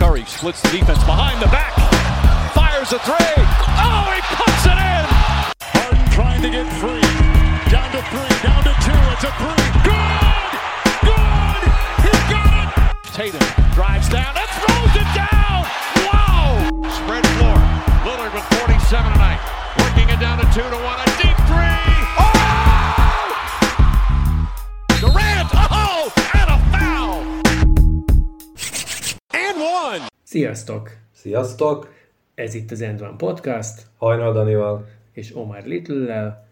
Murray splits the defense behind the back. Fires a three. Oh, he puts it in. Harden trying to get free. Down to three, down to two. It's a three. Good! Good! He got it! Tatum drives down and throws it down. Wow! Spread floor. Lillard with 47 tonight. Working it down to 2-1. A deep three. Oh! Durant. Oh! And a foul. And one. Sziasztok! Sziasztok! Ez itt az End One Podcast, Hajnal Danival. és Omar Little-lel,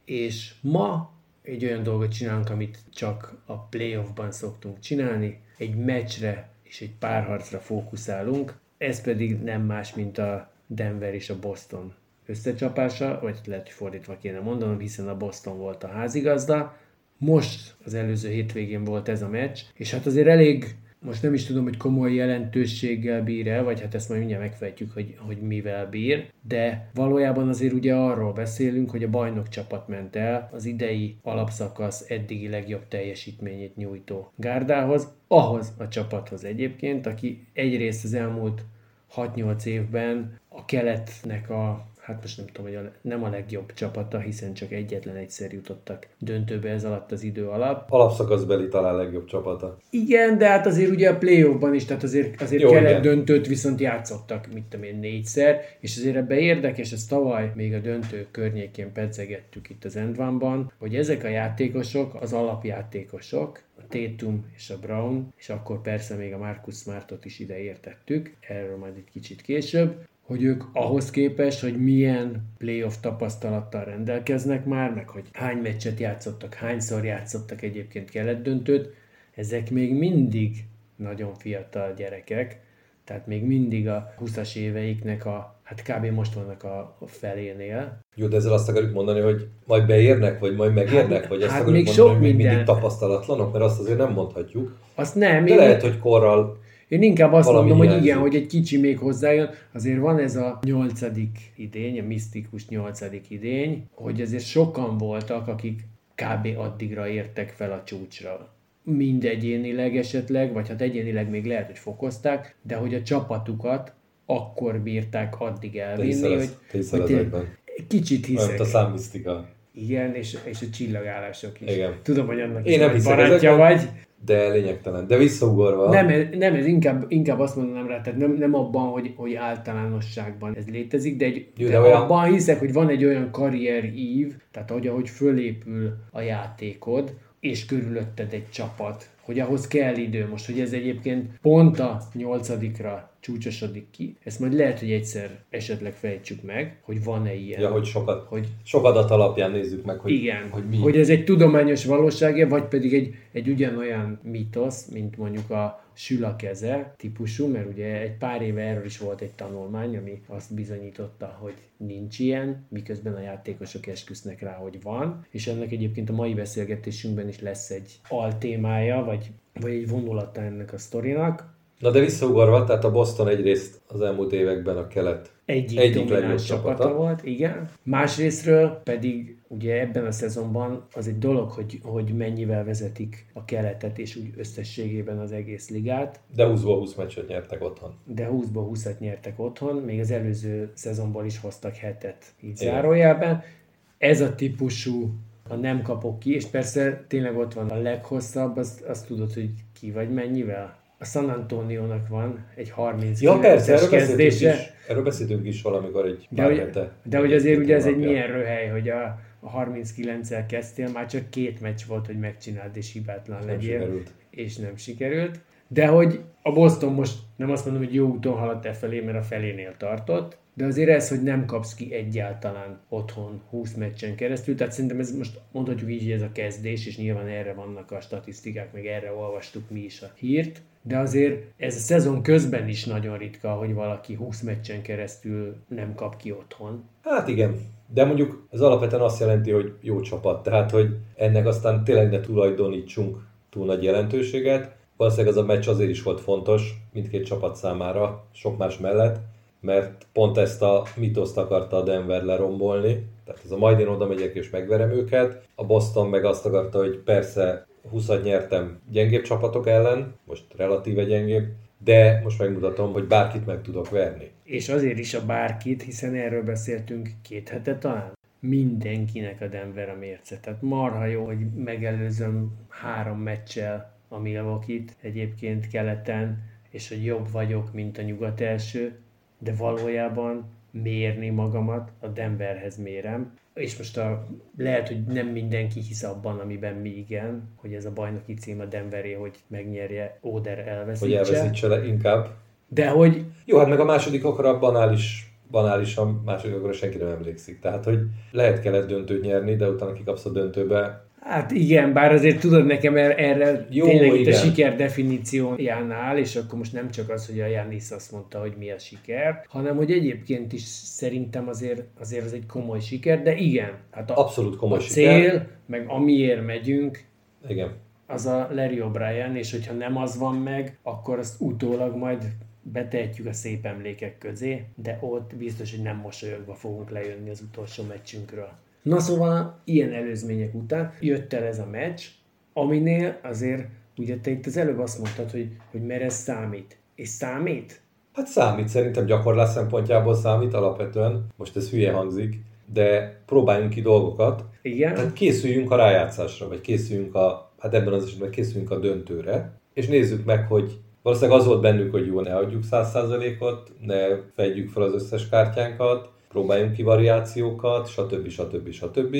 és ma egy olyan dolgot csinálunk, amit csak a playoffban szoktunk csinálni. Egy meccsre és egy párharcra fókuszálunk, ez pedig nem más, mint a Denver és a Boston összecsapása, vagy lehet, hogy fordítva kéne mondanom, hiszen a Boston volt a házigazda. Most az előző hétvégén volt ez a meccs, és hát azért elég, most nem is tudom, hogy komoly jelentőséggel bír-e, vagy hát ezt majd mindjárt megfejtjük, hogy mivel bír, de valójában azért ugye arról beszélünk, hogy a bajnok csapat ment el az idei alapszakasz eddigi legjobb teljesítményét nyújtó gárdához, ahhoz a csapathoz egyébként, aki egyrészt az elmúlt 6-8 évben a keletnek hát most nem tudom, hogy nem a legjobb csapata, hiszen csak egyetlen egyszer jutottak döntőbe ez alatt az idő alatt. Alapszakaszbeli talán legjobb csapata. Igen, de hát azért ugye a playoffban is, tehát azért Jó, kelet döntőt viszont játszottak, mit tudom én, 4-szer, és azért ebben érdekes, ezt tavaly még a döntő környékén pedzegettük itt az End One-ban, hogy ezek a játékosok, az alapjátékosok, a Tatum és a Brown, és akkor persze még a Marcus Smartot is ide értettük, erről majd egy kicsit később, hogy ők ahhoz képest, hogy milyen playoff tapasztalattal rendelkeznek már, meg hogy hány meccset játszottak, hányszor játszottak egyébként kelet-döntőt, ezek még mindig nagyon fiatal gyerekek, tehát még mindig a 20-as éveiknek hát kb. Most vannak a felénél. Jó, de ezzel azt akarjuk mondani, hogy majd beérnek, vagy majd megérnek, vagy azt hát akarjuk még mondani, sok hogy még minden. mindig tapasztalatlanok, mert azt azért nem mondhatjuk. Azt nem. De lehet, hogy korral Én inkább azt valami mondom, hogy hiányzik. igen, hogy egy kicsi még hozzájön. Azért van ez a 8. idény, a misztikus 8. idény, hogy azért sokan voltak, akik kb. Addigra értek fel a csúcsra. Mind egyénileg esetleg, vagy hát egyénileg még lehet, hogy fokozták, de hogy a csapatukat akkor bírták addig elvinni, te hiszel ezekben. Kicsit hiszek. Olyan, a számmisztika. Igen, és a csillagállások is. Igen. Tudom, hogy annak Én is nem nagy hiszek barátja ezekben, vagy. de lényegtelen. De visszaugorva. Nem, ez inkább azt mondanám rá, tehát nem abban, hogy általánosságban ez létezik, de abban hiszek, hogy van egy olyan karrierív, tehát ahogy fölépül a játékod, és körülötted egy csapat, hogy ahhoz kell idő most, hogy ez egyébként pont a 8-ra csúcsosodik ki. Ezt majd lehet, hogy egyszer esetleg fejtsük meg, hogy van-e ilyen. Ja, hogy sok adat alapján nézzük meg, hogy, igen, hogy mi. hogy ez egy tudományos valóság, vagy pedig egy ugyanolyan mítosz, mint mondjuk a sül a keze típusú, mert ugye egy pár éve erről is volt egy tanulmány, ami azt bizonyította, hogy nincs ilyen, miközben a játékosok esküsznek rá, hogy van, és ennek egyébként a mai beszélgetésünkben is lesz egy altémája, vagy egy vonulata ennek a sztorinak. Na de visszaugorva, tehát a Boston egyrészt az elmúlt években a kelet egyik legjobb csapata volt, igen. Másrésztről pedig ugye ebben a szezonban az egy dolog, hogy mennyivel vezetik a keletet, és úgy összességében az egész ligát. De 20-20 meccset nyertek otthon. De 20-20-at nyertek otthon, még az előző szezonból is hoztak 7-et így zárójelben. Ez a típusú, ha nem kapok ki, és persze tényleg ott van a leghosszabb, azt tudod, hogy ki vagy mennyivel? A San Antonionak van egy 39-es kezdése. Erről beszéltünk is valamikor egy de hogy azért ugye ez egy milyen röhely, hogy a 39-el kezdtél, már csak 2 meccs volt, hogy megcsináld és hibátlan legyél. És nem sikerült. De hogy a Boston most nem azt mondom, hogy jó úton haladt e felé, mert a felénél tartott, de azért ez, hogy nem kapsz ki egyáltalán otthon 20 meccsen keresztül, tehát szerintem ez most mondhatjuk így, hogy ez a kezdés, és nyilván erre vannak a statisztikák, meg erre olvastuk mi is a hírt, de azért ez a szezon közben is nagyon ritka, hogy valaki 20 meccsen keresztül nem kap ki otthon. Hát igen, de mondjuk ez alapvetően azt jelenti, hogy jó csapat, tehát hogy ennek aztán tényleg ne tulajdonítsunk túl nagy jelentőséget. Valószínűleg ez a meccs azért is volt fontos mindkét csapat számára, sok más mellett, mert pont ezt a mitoszt akarta a Denver lerombolni, tehát ez a majd én oda megyek és megverem őket. A Boston meg azt akarta, hogy persze 20-at nyertem gyengébb csapatok ellen, most relatíve gyengébb, de most megmutatom, hogy bárkit meg tudok verni. És azért is a bárkit, hiszen erről beszéltünk 2 hete talán. Mindenkinek a Denver a mérce. Tehát marha jó, hogy megelőzöm 3 meccsel a Milwaukee-t egyébként keleten, és hogy jobb vagyok, mint a nyugat első, de valójában mérni magamat a Denverhez mérem. És most lehet, hogy nem mindenki hisz abban, amiben mi igen, hogy ez a bajnoki cím a Denveré, hogy megnyerje, Oder elveszítse. Hogy elveszítse le inkább. De hogy... Jó, hát meg a másodikokra banálisan másodikokra senki nem emlékszik. Tehát, hogy lehet kellett döntőt nyerni, de utána kikapsz a döntőbe. Hát igen, bár azért tudod nekem erre jó, tényleg igen. Itt a siker definíciójánál, és akkor most nem csak az, hogy a Giannis azt mondta, hogy mi a siker, hanem hogy egyébként is szerintem azért az egy komoly siker, de igen, hát abszolút komoly cél, siker. meg amiért megyünk, igen. Az a Larry O'Brien, és hogyha nem az van meg, akkor azt utólag majd betehetjük a szép emlékek közé, de ott biztos, hogy nem mosolyogva fogunk lejönni az utolsó meccsünkről. Na szóval, ilyen előzmények után jött el ez a meccs, aminél azért, ugye te itt az előbb azt mondtad, hogy mert ez számít. És számít? Hát számít, szerintem gyakorlás szempontjából számít alapvetően. Most ez hülye hangzik, de próbáljunk ki dolgokat. Igen. Tehát készüljünk a rájátszásra, vagy hát ebben az esetben készüljünk a döntőre, és nézzük meg, hogy valószínűleg az volt bennük, hogy jó, ne adjuk 100%-ot, ne fejtjük fel az összes kártyánkat, próbáljunk ki variációkat, stb.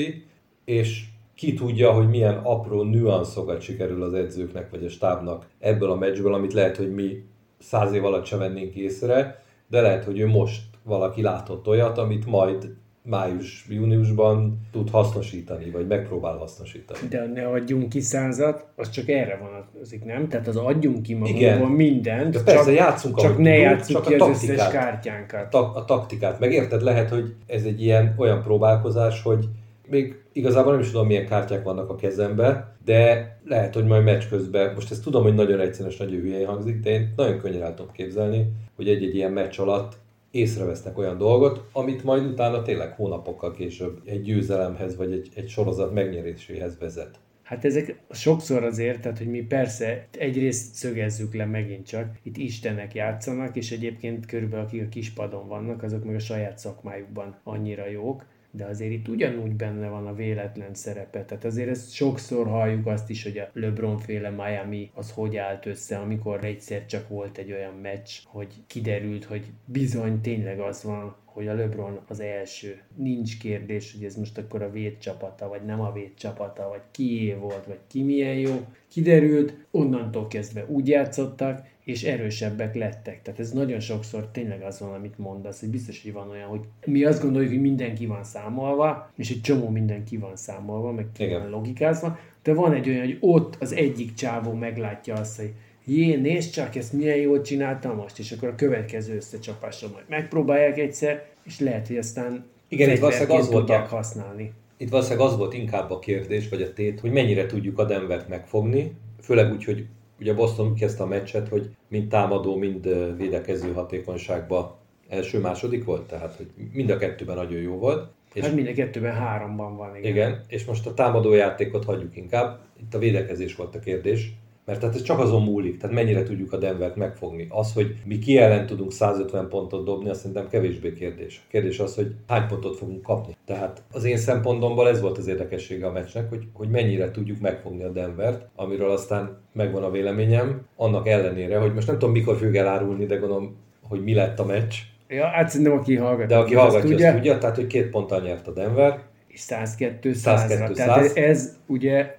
És ki tudja, hogy milyen apró nüanszokat sikerül az edzőknek vagy a stábnak ebből a meccsből, amit lehet, hogy mi 100 év alatt se vennénk észre, de lehet, hogy ő most valaki látott olyat, amit majd május-júniusban tud hasznosítani, vagy megpróbál hasznosítani. De ne adjunk ki 100-at, az csak erre vonatkozik, nem? Tehát az adjunk ki magunkból mindent, de persze, játszunk, csak ne játsszuk ki az összes taktikát, kártyánkat. A taktikát. Meg érted, lehet, hogy ez egy olyan próbálkozás, hogy még igazából nem is tudom, milyen kártyák vannak a kezembe, de lehet, hogy majd meccs közben, most ezt tudom, hogy nagyon egyszerűen és nagyon hülyén hangzik, de én nagyon könnyen el tudom képzelni, hogy egy ilyen meccs alatt észrevesznek olyan dolgot, amit majd utána tényleg hónapokkal később egy győzelemhez, vagy egy sorozat megnyeréséhez vezet. Hát ezek sokszor azért, tehát hogy mi persze egyrészt szögezzük le megint csak, itt istenek játszanak, és egyébként körülbelül akik a kispadon vannak, azok meg a saját szakmájukban annyira jók, de azért itt ugyanúgy benne van a véletlen szerepe. Tehát azért ezt sokszor halljuk azt is, hogy a LeBron-féle Miami az hogy állt össze, amikor egyszer csak volt egy olyan meccs, hogy kiderült, hogy bizony tényleg az van, hogy a LeBron az első. Nincs kérdés, hogy ez most akkor a védcsapata, vagy nem a védcsapata, vagy kié volt, vagy ki milyen jó. Kiderült, onnantól kezdve úgy játszottak, és erősebbek lettek. Tehát ez nagyon sokszor tényleg az van, amit mondasz, hogy biztos, hogy van olyan, hogy mi azt gondoljuk, hogy minden ki van számolva, és egy csomó minden ki van számolva, meg ki van logikázva, de van egy olyan, hogy ott az egyik csávó meglátja azt, hogy nézd csak, ezt milyen jól csináltam most, és akkor a következő összecsapásra majd megpróbálják egyszer, és lehet, hogy aztán fegyverként tudják használni. Itt valószínűleg az volt inkább a kérdés, vagy a tét, hogy mennyire tudjuk a Denvert megfogni, főleg úgy, hogy ugye Boston úgy kezdte a meccset, hogy mind támadó, mind védekező hatékonyságban első-második volt, tehát hogy mind a kettőben nagyon jó volt. Hát mind a kettőben 3-ban van, igen. Igen, és most a támadó játékot hagyjuk inkább, itt a védekezés volt a kérdés, mert tehát ez csak azon múlik, tehát mennyire tudjuk a Denvert megfogni. Az, hogy mi ki ellen tudunk 150 pontot dobni, azt szerintem kevésbé kérdés. A kérdés az, hogy hány pontot fogunk kapni. Tehát az én szempontomból ez volt az érdekessége a meccsnek, hogy mennyire tudjuk megfogni a Denvert, amiről aztán megvan a véleményem, annak ellenére, hogy most nem tudom mikor fogjuk elárulni, de gondolom, hogy mi lett a meccs. Ja, hát szerintem aki hallgatja. De aki hallgatja, azt tudja, tehát hogy 2 ponttal nyert a Denver. És 102-100-ra. Tehát ez ugye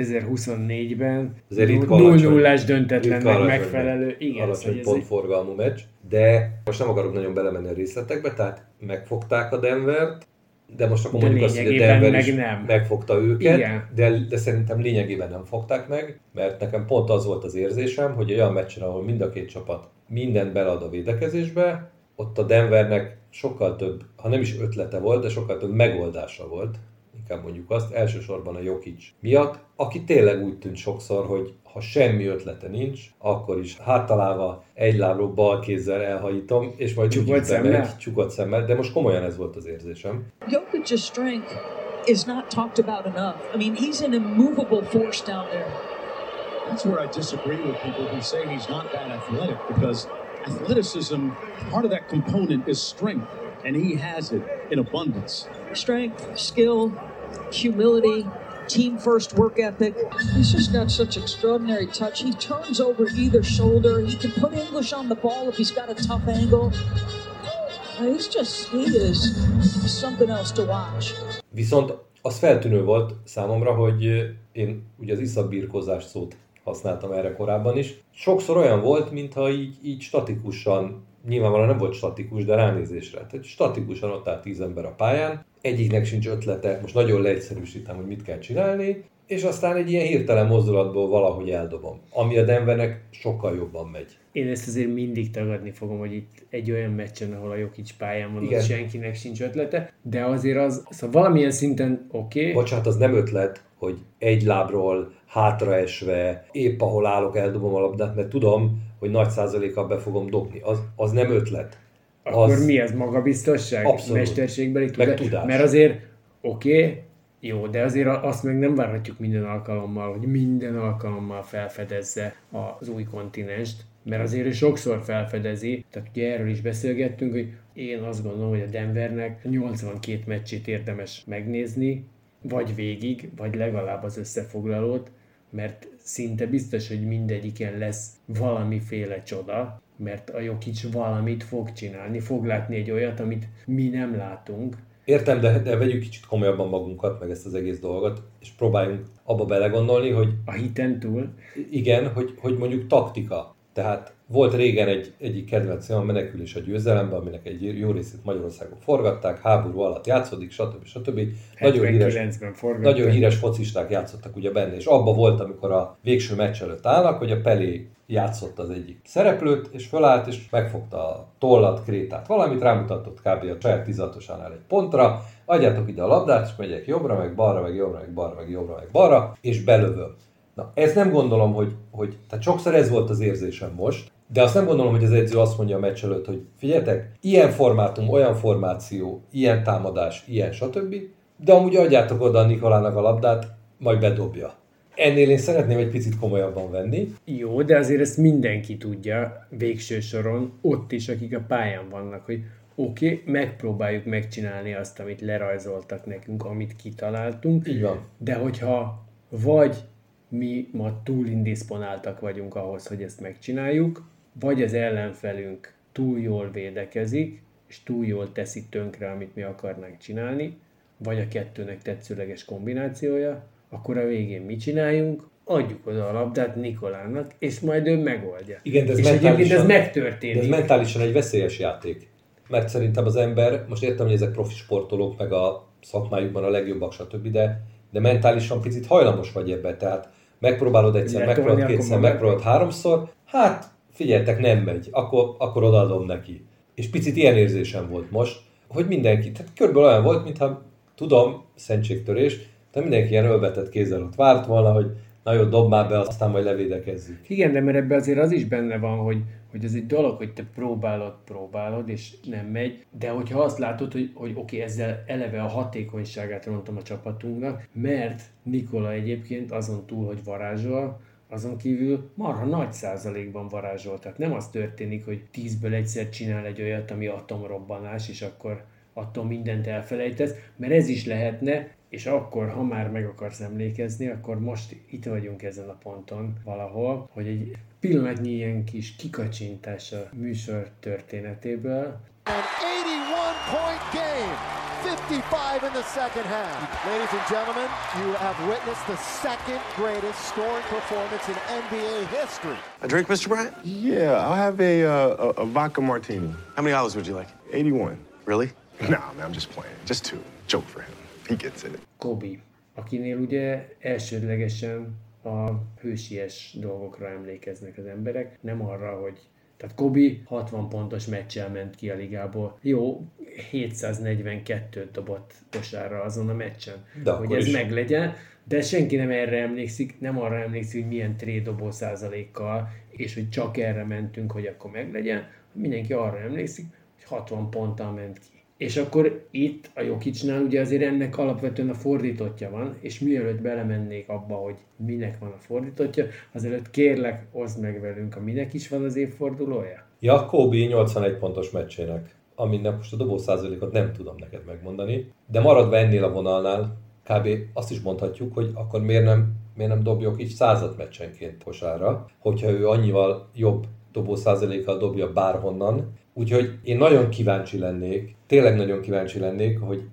2024-ben 0-0-ás döntetlennek megfelelő. Igen, alacsony pontforgalmú meccs, de most nem akarok nagyon belemenni a részletekbe, tehát megfogták a Denvert, de most akkor mondjuk azt, hogy a Denver is megfogta őket, de szerintem lényegében nem fogták meg, mert nekem pont az volt az érzésem, hogy olyan meccsen, ahol mind a két csapat mindent belead a védekezésbe, ott a Denvernek sokkal több, ha nem is ötlete volt, de sokkal több megoldása volt, inkább mondjuk azt, elsősorban a Jokic miatt, aki tényleg úgy tűnt sokszor, hogy ha semmi ötlete nincs, akkor is háttalálva egy lábról bal kézzel elhajítom, és majd csukott szemmel, de most komolyan ez volt az érzésem. Jokic's strength is not talked about enough. I mean, he's an immovable force down there. That's where I disagree with people who say he's not that athletic, because athleticism, part of that component is strength, and he has it in abundance. Strength, skill, humility, team first work ethic. He's just got such extraordinary touch. He turns over either shoulder. He can put English on the ball if he's got a tough angle. He is something else to watch. Viszont az feltűnő volt számomra, hogy én ugye az iszapbirkózás szót használtam erre korábban is. Sokszor olyan volt, mintha így statikusan, nyilvánvalóan nem volt statikus, de ránézésre. Tehát statikusan ott áll 10 ember a pályán, egyiknek sincs ötlete, most nagyon leegyszerűsítem, hogy mit kell csinálni, és aztán egy ilyen hirtelen mozdulatból valahogy eldobom, ami a Denvernek sokkal jobban megy. Én ezt azért mindig tagadni fogom, hogy itt egy olyan meccsen, ahol a Jokic pályán van, ott senkinek sincs ötlete, de azért az, szóval valamilyen szinten oké. Bocsánat, az nem ötlet, hogy egy lábról hátraesve, épp ahol állok, eldobom a labdát, mert tudom, hogy nagy százalékkal be fogom dobni. Az nem ötlet. Akkor mi ez? Magabiztosság? Abszolút. Mesterségbeli tudás. Mert azért oké, jó, de azért azt meg nem várhatjuk minden alkalommal, hogy minden alkalommal felfedezze az új kontinenst, mert azért ő sokszor felfedezi, tehát ugye erről is beszélgettünk, hogy én azt gondolom, hogy a Denvernek 82 meccsét érdemes megnézni, vagy végig, vagy legalább az összefoglalót, mert szinte biztos, hogy mindegyiken lesz valamiféle csoda, mert a Jokic valamit fog csinálni, fog látni egy olyat, amit mi nem látunk. Értem, de vegyük kicsit komolyabban magunkat, meg ezt az egész dolgot, és próbáljunk abba belegondolni, hogy... A hiten túl? Igen, hogy mondjuk taktika. Tehát volt régen egyik kedvencem, a Menekülés a győzelemben, aminek egy jó részét Magyarországon forgatták, háború alatt játszódik, stb. Nagyon híres focisták játszottak ugye benne, és abba volt, amikor a végső meccs előtt állnak, hogy a Pelé játszott az egyik szereplőt, és fölállt, és megfogta a tollat, krétát, valamit, rámutatott kb. A saját 16-osánál egy pontra, adjátok ide a labdát, és megyek jobbra, meg balra, meg jobbra, meg balra, meg jobbra, meg balra, és belövöm. Na, ezt nem gondolom, hogy tehát sokszor ez volt az érzésem most, de azt nem gondolom, hogy az edző azt mondja a meccs előtt, hogy figyeljetek, ilyen formátum, olyan formáció, ilyen támadás, ilyen stb., de amúgy adjátok oda a Nikolának a labdát, majd bedobja. Ennél én szeretném egy picit komolyabban venni. Jó, de azért ezt mindenki tudja végső soron, ott is, akik a pályán vannak, hogy oké, megpróbáljuk megcsinálni azt, amit lerajzoltak nekünk, amit kitaláltunk. Így van. De hogyha vagy mi ma túl indisponáltak vagyunk ahhoz, hogy ezt megcsináljuk, vagy az ellenfelünk túl jól védekezik, és túl jól teszi tönkre, amit mi akarnánk csinálni, vagy a kettőnek tetszőleges kombinációja, akkor a végén mit csináljunk? Adjuk oda a labdát Nikolának, és majd ő megoldja. Igen, de és egyébként ez megtörténik. De ez mentálisan egy veszélyes játék. Mert szerintem az ember, most értem, hogy ezek profi sportolók, meg a szakmájukban a legjobbak, stb., de mentálisan picit hajlamos vagy ebben, tehát megpróbálod egyszer, megpróbálod kétszer, megpróbálod háromszor, hát figyeljetek, nem megy, akkor odaadom neki. És picit ilyen érzésem volt most, hogy mindenki, tehát körülbelül olyan volt, mintha tudom, szentségtörés, de mindenki ilyen ölbetett kézzel ott várt volna, hogy na jó, dob már be, aztán majd levédekezzük. Igen, de mert ebben azért az is benne van, hogy ez egy dolog, hogy te próbálod, és nem megy, de hogyha azt látod, hogy oké, ezzel eleve a hatékonyságát rontom a csapatunknak, mert Nikola egyébként azon túl, hogy varázsol, azon kívül marha nagy százalékban varázsol. Tehát nem az történik, hogy 10-ből egyszer csinál egy olyat, ami atomrobbanás, és akkor attól mindent elfelejtesz, mert ez is lehetne, és akkor, ha már meg akarsz emlékezni, akkor most itt vagyunk ezen a ponton valahol, hogy egy pillanatnyi ilyen kis kikacsintás a műsor történetéből. An 81-point game, 55 in the second half. Ladies and gentlemen, you have witnessed the second greatest scoring performance in NBA history. A drink, Mr. Bryant? Yeah, I'll have a vodka martini. How many olives would you like? 81. Really? Nah, man, I'm just playing. Just two. Joke for him. He gets it. Kobe, akinél ugye elsődlegesen a hősies dolgokra emlékeznek az emberek, nem arra, hogy... Tehát Kobe 60 pontos meccsel ment ki a ligából. Jó, 742-t dobott kosárra azon a meccsen, de hogy ez meglegyen, de senki nem erre emlékszik, nem arra emlékszik, hogy milyen trédobó százalékkal, és hogy csak erre mentünk, hogy akkor meglegyen. Mindenki arra emlékszik, hogy 60 ponttal ment ki. És akkor itt a Jokicnál ugye azért ennek alapvetően a fordítottja van, és mielőtt belemennék abba, hogy minek van a fordítottja, azelőtt kérlek, oszd meg velünk, a minek is van az évfordulója? Ja, Kobe 81 pontos meccsének, aminek most a dobószázalékot nem tudom neked megmondani, de maradva ennél a vonalnál, kb. Azt is mondhatjuk, hogy akkor miért nem dobjuk így 100 meccsenként kosárra, hogyha ő annyival jobb dobószázalékkal dobja bárhonnan. Úgyhogy én nagyon kíváncsi lennék, tényleg nagyon kíváncsi lennék, hogy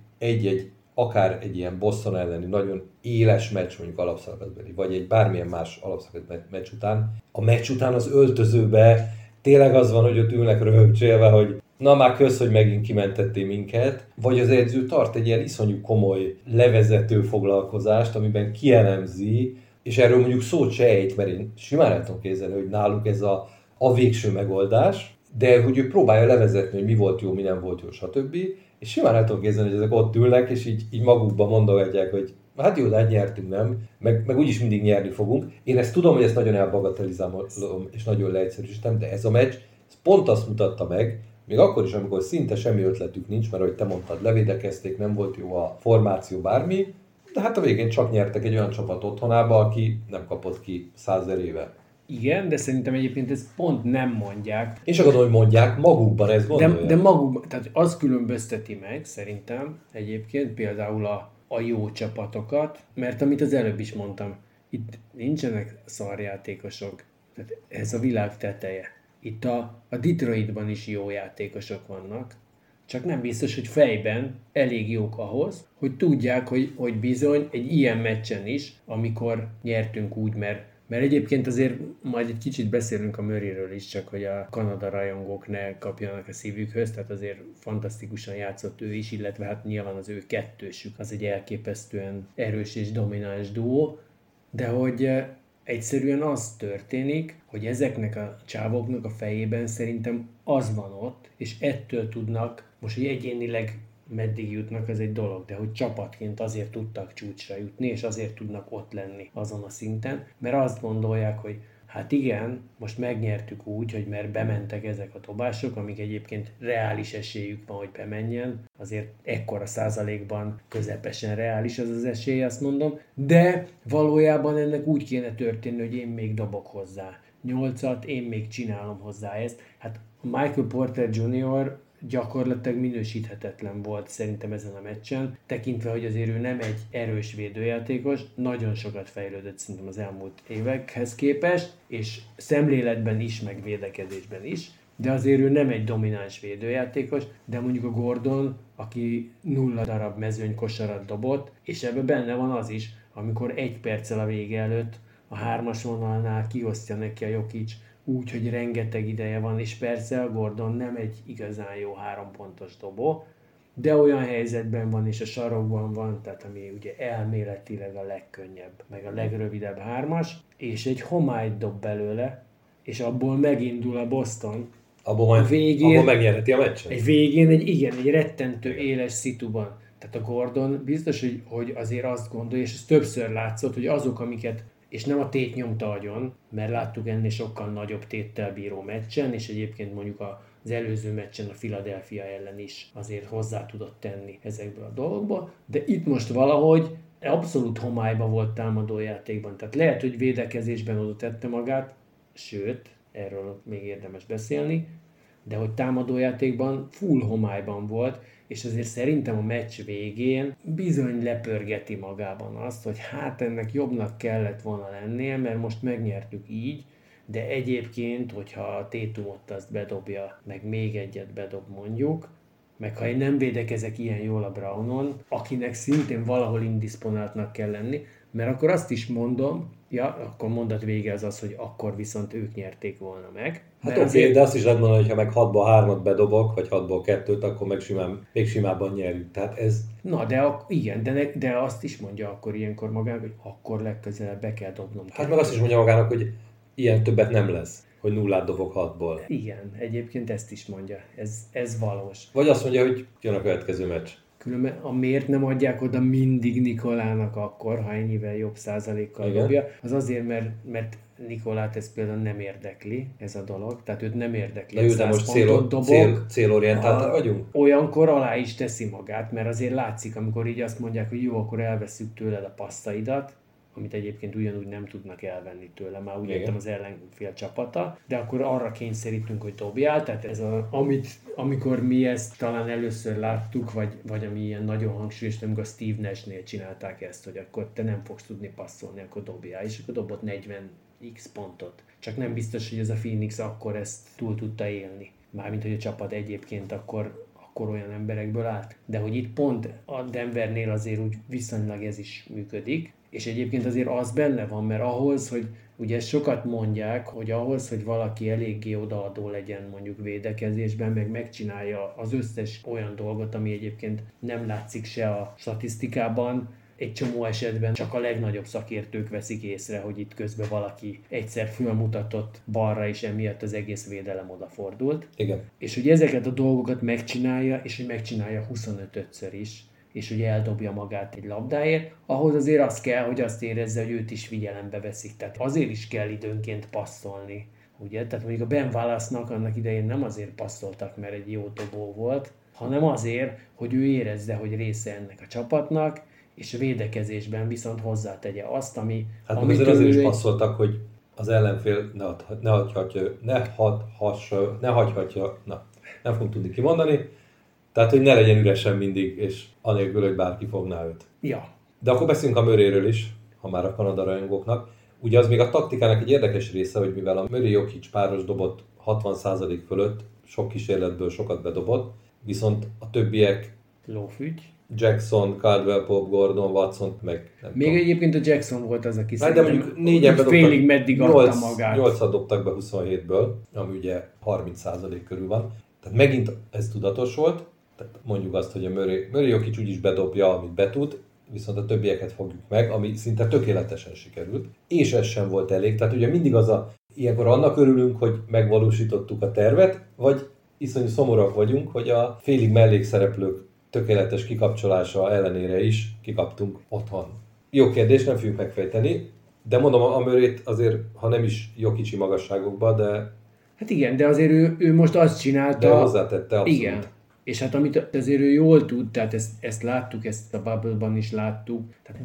akár egy ilyen Boston elleni nagyon éles meccs, mondjuk alapszakaszbeli, vagy egy bármilyen más alapszakaszbeli meccs után, a meccs után az öltözőbe tényleg az van, hogy ott ülnek röhögcsélve, hogy na már kösz, hogy megint kimentettél minket, vagy az edző tart egy ilyen iszonyú komoly levezető foglalkozást, amiben kielemzi, és erről mondjuk szót se ejt, mert én simán el tudom képzelni, hogy náluk ez a végső megoldás, de hogy ő próbálja levezetni, hogy mi volt jó, mi nem volt jó, stb. És simán el tudom képzelni, hogy ezek ott ülnek, és így magukban mondogatják, hogy hát jó, de hát nyertünk, nem? Meg úgyis mindig nyerni fogunk. Én ezt tudom, hogy ezt nagyon elbagatelizálom, és nagyon leegyszerűsítem, de ez a meccs ez pont azt mutatta meg, még akkor is, amikor szinte semmi ötletük nincs, mert ahogy te mondtad, levédekezték, nem volt jó a formáció, bármi, de hát a végén csak nyertek egy olyan csapat otthonába, aki nem kapott ki 100 000 éve. Igen, de szerintem egyébként ezt pont nem mondják. Én csak gondolom, hogy mondják, magukban ezt gondolják. De magukban, tehát az különbözteti meg szerintem egyébként például a jó csapatokat, mert amit az előbb is mondtam, itt nincsenek szarjátékosok, tehát ez a világ teteje. Itt a Detroitban is jó játékosok vannak, csak nem biztos, hogy fejben elég jók ahhoz, hogy tudják, hogy bizony egy ilyen meccsen is, amikor nyertünk úgy, mert egyébként azért majd egy kicsit beszélünk a Murrayről is, csak hogy a Kanada rajongók ne kapjanak a szívükhöz, tehát azért fantasztikusan játszott ő is, illetve hát nyilván az ő kettősük, az egy elképesztően erős és domináns duó, de hogy egyszerűen az történik, hogy ezeknek a csávoknak a fejében szerintem az van ott, és ettől tudnak, most hogy egyénileg meddig jutnak, ez egy dolog, de hogy csapatként azért tudtak csúcsra jutni, és azért tudnak ott lenni azon a szinten, mert azt gondolják, hogy hát igen, most megnyertük úgy, hogy mert bementek ezek a dobások, amik egyébként reális esélyük van, hogy bemenjen, azért ekkora százalékban közepesen reális az az esély, azt mondom, de valójában ennek úgy kéne történni, hogy én még dobok hozzá 8-at, én még csinálom hozzá ezt. Hát Michael Porter Jr. gyakorlatilag minősíthetetlen volt szerintem ezen a meccsen, tekintve, hogy azért ő nem egy erős védőjátékos, nagyon sokat fejlődött szerintem az elmúlt évekhez képest, és szemléletben is, meg védekezésben is, de azért ő nem egy domináns védőjátékos, de mondjuk a Gordon, aki 0 darab mezőny kosarat dobott, és ebben benne van az is, amikor 1 perccel a vége előtt a 3-as vonalnál kiosztja neki a Jokic, úgy, hogy rengeteg ideje van, és persze a Gordon nem egy igazán jó 3 pontos dobó, de olyan helyzetben van, és a sarokban van, tehát ami ugye elméletileg a legkönnyebb, meg a legrövidebb 3-as, és egy homályt dob belőle, és abból megindul a Boston. Abból megnyerheti a meccset. Egy végén egy rettentő éles szituban. Tehát a Gordon biztos, hogy azért azt gondolja, és ez többször látszott, hogy azok, amiket és nem a tét nyomta agyon, mert láttuk ennél sokkal nagyobb téttel bíró meccsen, és egyébként mondjuk az előző meccsen a Philadelphia ellen is azért hozzá tudott tenni ezekből a dolgokból, de itt most valahogy abszolút homályba volt támadójátékban, tehát lehet, hogy védekezésben oda tette magát, sőt, erről még érdemes beszélni, de hogy támadójátékban full homályban volt, és azért szerintem a meccs végén bizony lepörgeti magában azt, hogy hát ennek jobbnak kellett volna lennie, mert most megnyertük így, de egyébként, hogyha a Tatumot azt bedobja, meg még egyet bedob mondjuk, meg ha én nem védekezek ilyen jól a Brownon, akinek szintén valahol indisponáltnak kell lenni, mert akkor azt is mondom, akkor mondat vége az, hogy akkor viszont ők nyerték volna meg. Hát oké, de azt is lehet mondani, hogy ha meg 6-ból 3-at bedobok, vagy 6-ból 2-t, akkor meg még simában nyerjük. Tehát ez... Na, igen, de azt is mondja akkor ilyenkor magának, hogy akkor legközelebb be kell dobnom. Hát meg azt is mondja magának, hogy ilyen többet nem lesz, hogy 0-át dobok 6-ból. Igen, egyébként ezt is mondja. Ez valós. Vagy azt mondja, hogy jön a következő meccs. Különben miért nem adják oda mindig Nikolának akkor, ha ennyivel jobb százalékkal Igen. dobja, az azért, mert Nikolát ez például nem érdekli, ez a dolog, tehát őt nem érdekli. Na jó, de most célorientáltak vagyunk? Olyankor alá is teszi magát, mert azért látszik, amikor így azt mondják, hogy jó, akkor elveszük tőled a passzaidat, amit egyébként ugyanúgy nem tudnak elvenni tőle, már úgy értem az ellenfél csapata, de akkor arra kényszerítünk, hogy dobjál, tehát ez amikor mi ezt talán először láttuk, vagy ami ilyen nagyon hangsúlyos, amikor Steve Nash-nél csinálták ezt, hogy akkor te nem fogsz tudni passzolni, akkor dobjál, és akkor dobott 40x pontot. Csak nem biztos, hogy ez a Phoenix akkor ezt túl tudta élni. Mármint, hogy a csapat egyébként akkor olyan emberekből állt. De hogy itt pont a Denvernél azért úgy viszonylag ez is működik, és egyébként azért az benne van, mert ahhoz, hogy ugye sokat mondják, hogy ahhoz, hogy valaki eléggé odaadó legyen mondjuk védekezésben, meg megcsinálja az összes olyan dolgot, ami egyébként nem látszik se a statisztikában, egy csomó esetben csak a legnagyobb szakértők veszik észre, hogy itt közben valaki egyszer fölmutatott balra, és emiatt az egész védelem odafordult. Igen. És hogy ezeket a dolgokat megcsinálja, és hogy megcsinálja 25-ször is, és hogy eldobja magát egy labdáért, ahhoz azért az kell, hogy azt érezze, hogy őt is figyelembe veszik. Tehát azért is kell időnként passzolni. Ugye? Tehát mondjuk a Ben Wallace-nak annak idején nem azért passzoltak, mert egy jó dobó volt, hanem azért, hogy ő érezze, hogy része ennek a csapatnak, és védekezésben viszont hozzátegye azt, ami... Hát azért is passzoltak, hogy az ellenfél ne hagyhatja, nem fogom tudni kimondani, tehát, hogy ne legyen üresen mindig, és anélkül, hogy bárki fogná őt. Ja. De akkor beszélünk a Murrayről is, ha már a Kanada rajongóknak. Ugye az még a taktikának egy érdekes része, hogy mivel a Murray-Jokic páros dobott 60% fölött, sok kísérletből sokat bedobott, viszont a többiek lófügy. Jackson, Caldwell Pope, Gordon, Watson, meg nem még tudom. Egyébként a Jackson volt az, aki de mondjuk 4-en félig meddig adta magát. 8-at dobtak be 27-ből, ami ugye 30% körül van. Tehát megint ez tudatos volt, tehát mondjuk azt, hogy a Murray-Jokic úgyis bedobja, amit betud, viszont a többieket fogjuk meg, ami szinte tökéletesen sikerült. És ez sem volt elég, tehát ugye mindig ilyenkor annak örülünk, hogy megvalósítottuk a tervet, vagy iszonyú szomorúak vagyunk, hogy a félig mellékszereplők tökéletes kikapcsolása ellenére is kikaptunk otthon. Jó kérdés, nem fogjuk megfejteni, de mondom, a Murrayt azért, ha nem is jó kicsi magasságokban, de... Hát igen, de azért ő most azt csinálta... De hozzátette, abszolút. Igen. És hát amit azért ő jól tud, tehát ezt láttuk, ezt a Bubble-ban is láttuk, tehát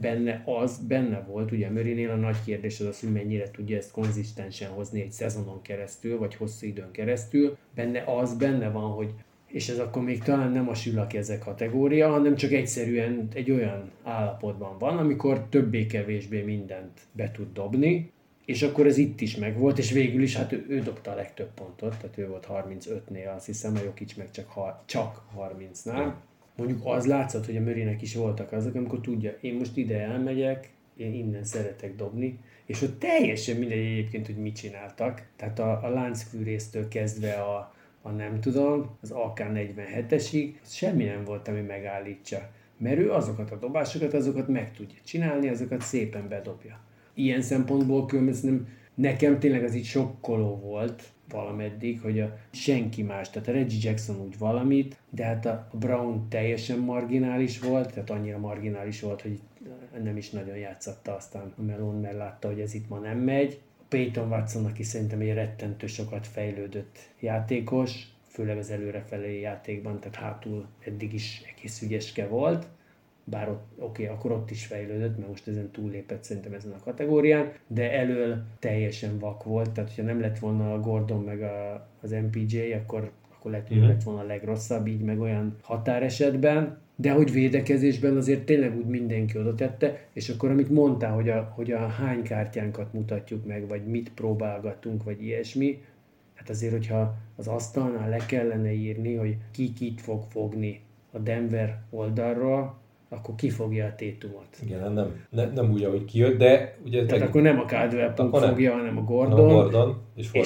benne volt, ugye Murraynél a nagy kérdés az, hogy mennyire tudja ezt konzisztensen hozni egy szezonon keresztül, vagy hosszú időn keresztül. Benne van, hogy és ez akkor még talán nem a sül-a-keze kategória, hanem csak egyszerűen egy olyan állapotban van, amikor többé-kevésbé mindent be tud dobni, és akkor ez itt is megvolt, és végül is hát ő dobta a legtöbb pontot, tehát ő volt 35-nél, azt hiszem, a Jokic meg csak 30-nál. Mondjuk az látszott, hogy a Murraynek is voltak azok, amikor tudja, én most ide elmegyek, én innen szeretek dobni, és ott teljesen mindegy egyébként, hogy mit csináltak. Tehát a láncfűrésztől kezdve a nem tudom, az AK-47-esig, semmi nem volt, ami megállítsa. Mert ő azokat a dobásokat, azokat meg tudja csinálni, azokat szépen bedobja. Ilyen szempontból különben nekem tényleg az így sokkoló volt valameddig, hogy senki más, tehát a Reggie Jackson úgy valamit, de hát a Brown teljesen marginális volt, tehát annyira marginális volt, hogy nem is nagyon játszatta aztán a Melon, mert látta, hogy ez itt ma nem megy. Peyton Watson, aki szerintem egy rettentő sokat fejlődött játékos, főleg az előrefelé játékban, tehát hátul eddig is egész ügyeske volt, bár akkor ott is fejlődött, mert most ezen túllépett szerintem ezen a kategórián, de elől teljesen vak volt, tehát hogyha nem lett volna a Gordon meg az MPJ, akkor lehet, hogy lett volna a legrosszabb, így meg olyan határesetben, de hogy védekezésben azért tényleg úgy mindenki oda tette, és akkor amit mondtál, hogy a hány kártyánkat mutatjuk meg, vagy mit próbálgatunk, vagy ilyesmi, hát azért, hogyha az asztalnál le kellene írni, hogy ki kit fog fogni a Denver oldalról, akkor ki fogja a Tatumot. Igen, nem úgy, ahogy kijött, de ugye... Tehát akkor nem a Caldwell Pope fogja, hanem a Gordon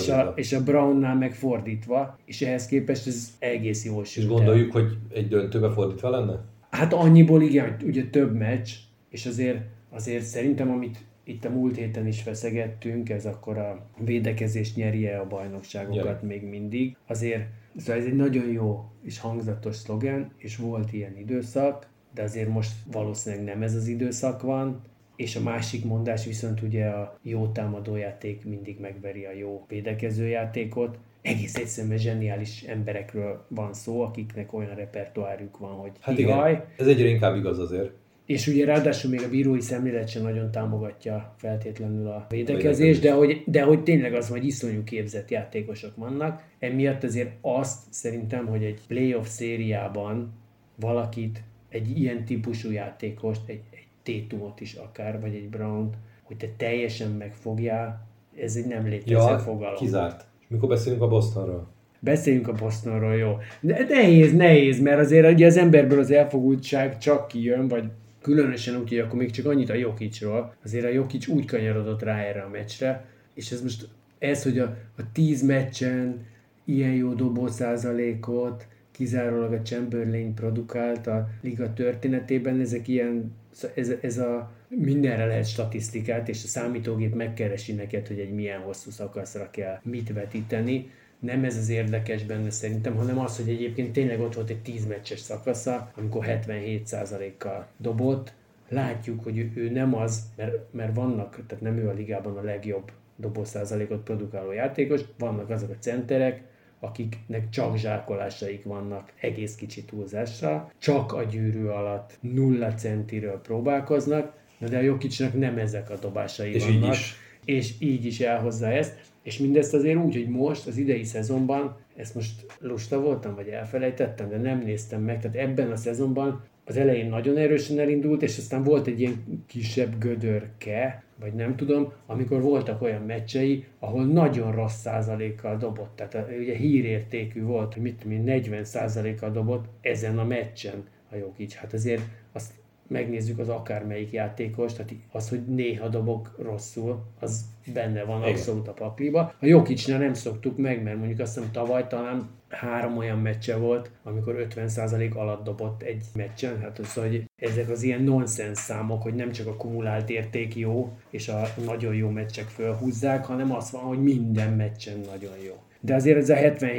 és a Brownnál meg fordítva, és ehhez képest ez egész jól sült. És gondoljuk, hogy egy döntőbe fordítva lenne? Hát annyiból igen, ugye több meccs, és azért szerintem, amit itt a múlt héten is feszegettünk, ez akkor a védekezés nyerje a bajnokságokat még mindig. Azért szóval ez egy nagyon jó és hangzatos szlogen, és volt ilyen időszak, de azért most valószínűleg nem ez az időszak van, és a másik mondás viszont ugye a jó támadójáték mindig megveri a jó védekezőjátékot. Egész egyszerűen zseniális emberekről van szó, akiknek olyan repertoárjuk van, hogy hát igen, ez egyre inkább igaz azért. És ugye ráadásul még a bírói szemlélet sem nagyon támogatja feltétlenül a védekezést, de hogy tényleg az, hogy iszonyú képzett játékosok vannak. Emiatt azért azt szerintem, hogy egy playoff szériában valakit, egy ilyen típusú játékost, egy Tatumot is akár, vagy egy Brownt, hogy te teljesen megfogjál, ez egy nem létező fogalom. Kizárt. És mikor beszélünk a Bostonról? Beszéljünk a Bostonról, jó. De nehéz, mert azért ugye az emberből az elfogultság csak kijön, vagy különösen úgy, hogy akkor még csak annyit a Jokicról. Azért a Jokic úgy kanyarodott rá erre a meccsre, és ez most hogy a 10 meccsen ilyen jó dobószázalékot kizárólag a Chamberlain produkált a liga történetében, ezek ilyen, ez a mindenre lehet statisztikát, és a számítógép megkeresi neked, hogy egy milyen hosszú szakaszra kell mit vetíteni. Nem ez az érdekes benne szerintem, hanem az, hogy egyébként tényleg ott volt egy 10 meccses szakasza, amikor 77%-kal dobott. Látjuk, hogy ő nem az, mert vannak, tehát nem ő a ligában a legjobb dobószázalékot produkáló játékos, vannak azok a centerek, akiknek csak zsákolásaik vannak egész kicsi túlzással, csak a gyűrű alatt 0 centiről próbálkoznak, de a Jokicnak nem ezek a dobásai és vannak. És így is elhozza ezt. És mindezt azért úgy, hogy most az idei szezonban, ezt most lusta voltam, vagy elfelejtettem, de nem néztem meg, tehát ebben a szezonban az elején nagyon erősen elindult, és aztán volt egy ilyen kisebb gödörke, vagy nem tudom, amikor voltak olyan meccsei, ahol nagyon rossz százalékkal dobott. Tehát ugye hírértékű volt, hogy 40%-kal dobott ezen a meccsen a Jokic. Hát azért azt megnézzük az akármelyik játékos, tehát az, hogy néha dobok rosszul, az benne van abszolút a pakliba. A Jokicnál nem szoktuk meg, mert mondjuk azt hiszem tavaly talán 3 olyan meccse volt, amikor 50% alatt dobott egy meccsen. Hát az, hogy ezek az ilyen nonsens számok, hogy nem csak a kumulált érték jó, és a nagyon jó meccsek fölhúzzák, hanem az van, hogy minden meccsen nagyon jó. De azért ez a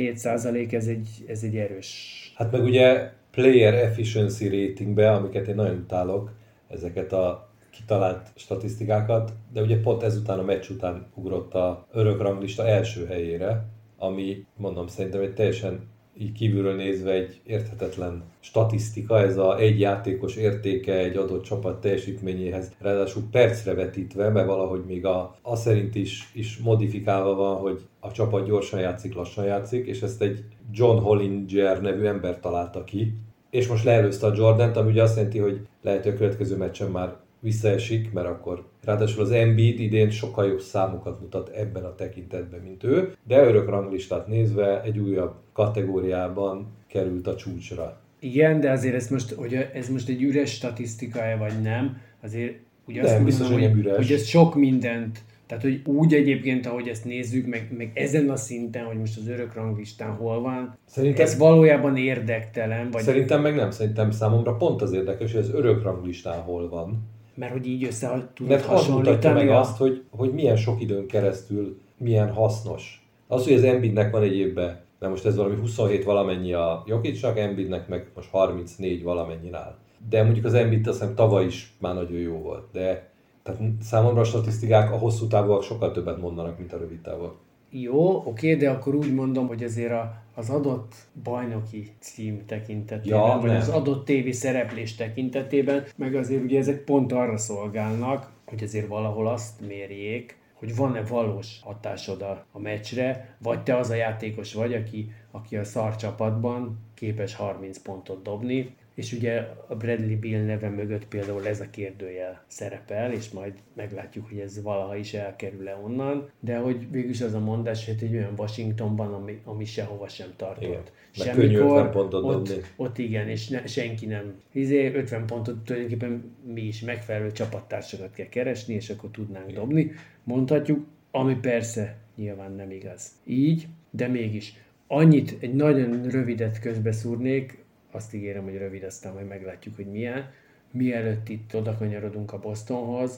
77% ez egy erős. Hát meg ugye player efficiency ratingbe, amiket én nagyon utálok, ezeket a kitalált statisztikákat, de ugye pont ezután a meccs után ugrott a örökranglista első helyére, ami, mondom, szerintem egy teljesen így kívülről nézve egy érthetetlen statisztika, ez egy játékos értéke egy adott csapat teljesítményéhez, ráadásul percre vetítve, mert valahogy még az szerint is modifikálva van, hogy a csapat gyorsan játszik, lassan játszik, és ezt egy John Hollinger nevű ember találta ki, és most leelőzte a Jordant, ami ugye azt jelenti, hogy lehet, hogy a következő meccsen már visszaesik, mert akkor ráadásul az Embiid idén sokkal jobb számokat mutat ebben a tekintetben, mint ő, de örökranglistát nézve egy újabb kategóriában került a csúcsra. Igen, de azért ez most egy üres statisztikája, vagy nem, azért ugye azt nem, biztos, mondom, hogy ez sok mindent, tehát hogy úgy egyébként, ahogy ezt nézzük, meg ezen a szinten, hogy most az örökranglistán hol van, szerintem, ez valójában érdektelen. Vagy szerintem meg nem, szerintem számomra pont az érdekes, hogy az örökranglistán hol van. Mert hogy így össze tudod mert hasonlítani. Mert mutatja meg azt, hogy milyen sok időn keresztül milyen hasznos. Az, hogy az Embiidnek van egy évben, mert most ez valami 27 valamennyi a Jokicnak, Embiidnek meg most 34 valamennyi áll. De mondjuk az Embiid azt hiszem tavaly is már nagyon jó volt. De tehát számomra a statisztikák a hosszú távúak sokkal többet mondanak, mint a rövid távúak. Jó, oké, de akkor úgy mondom, hogy azért az adott bajnoki cím tekintetében, vagy az adott tévi szereplés tekintetében, meg azért ugye ezek pont arra szolgálnak, hogy azért valahol azt mérjék, hogy van-e valós hatásod a meccsre, vagy te az a játékos vagy, aki a szar csapatban képes 30 pontot dobni, és ugye a Bradley Beal neve mögött például ez a kérdőjel szerepel, és majd meglátjuk, hogy ez valaha is elkerül-e onnan, de hogy végülis az a mondás, hogy egy olyan Washingtonban, ami sehova sem tartott. Igen, könnyű 50 pontot dobni. Ott igen, és senki nem. 50 pontot tulajdonképpen mi is megfelelő csapattársakat kell keresni, és akkor tudnánk dobni, mondhatjuk, ami persze nyilván nem igaz. Így, de mégis. Annyit, egy nagyon rövidet közbeszúrnék, azt ígérem, hogy rövid, aztán majd meglátjuk, hogy milyen. Mielőtt itt odakanyarodunk a Bostonhoz,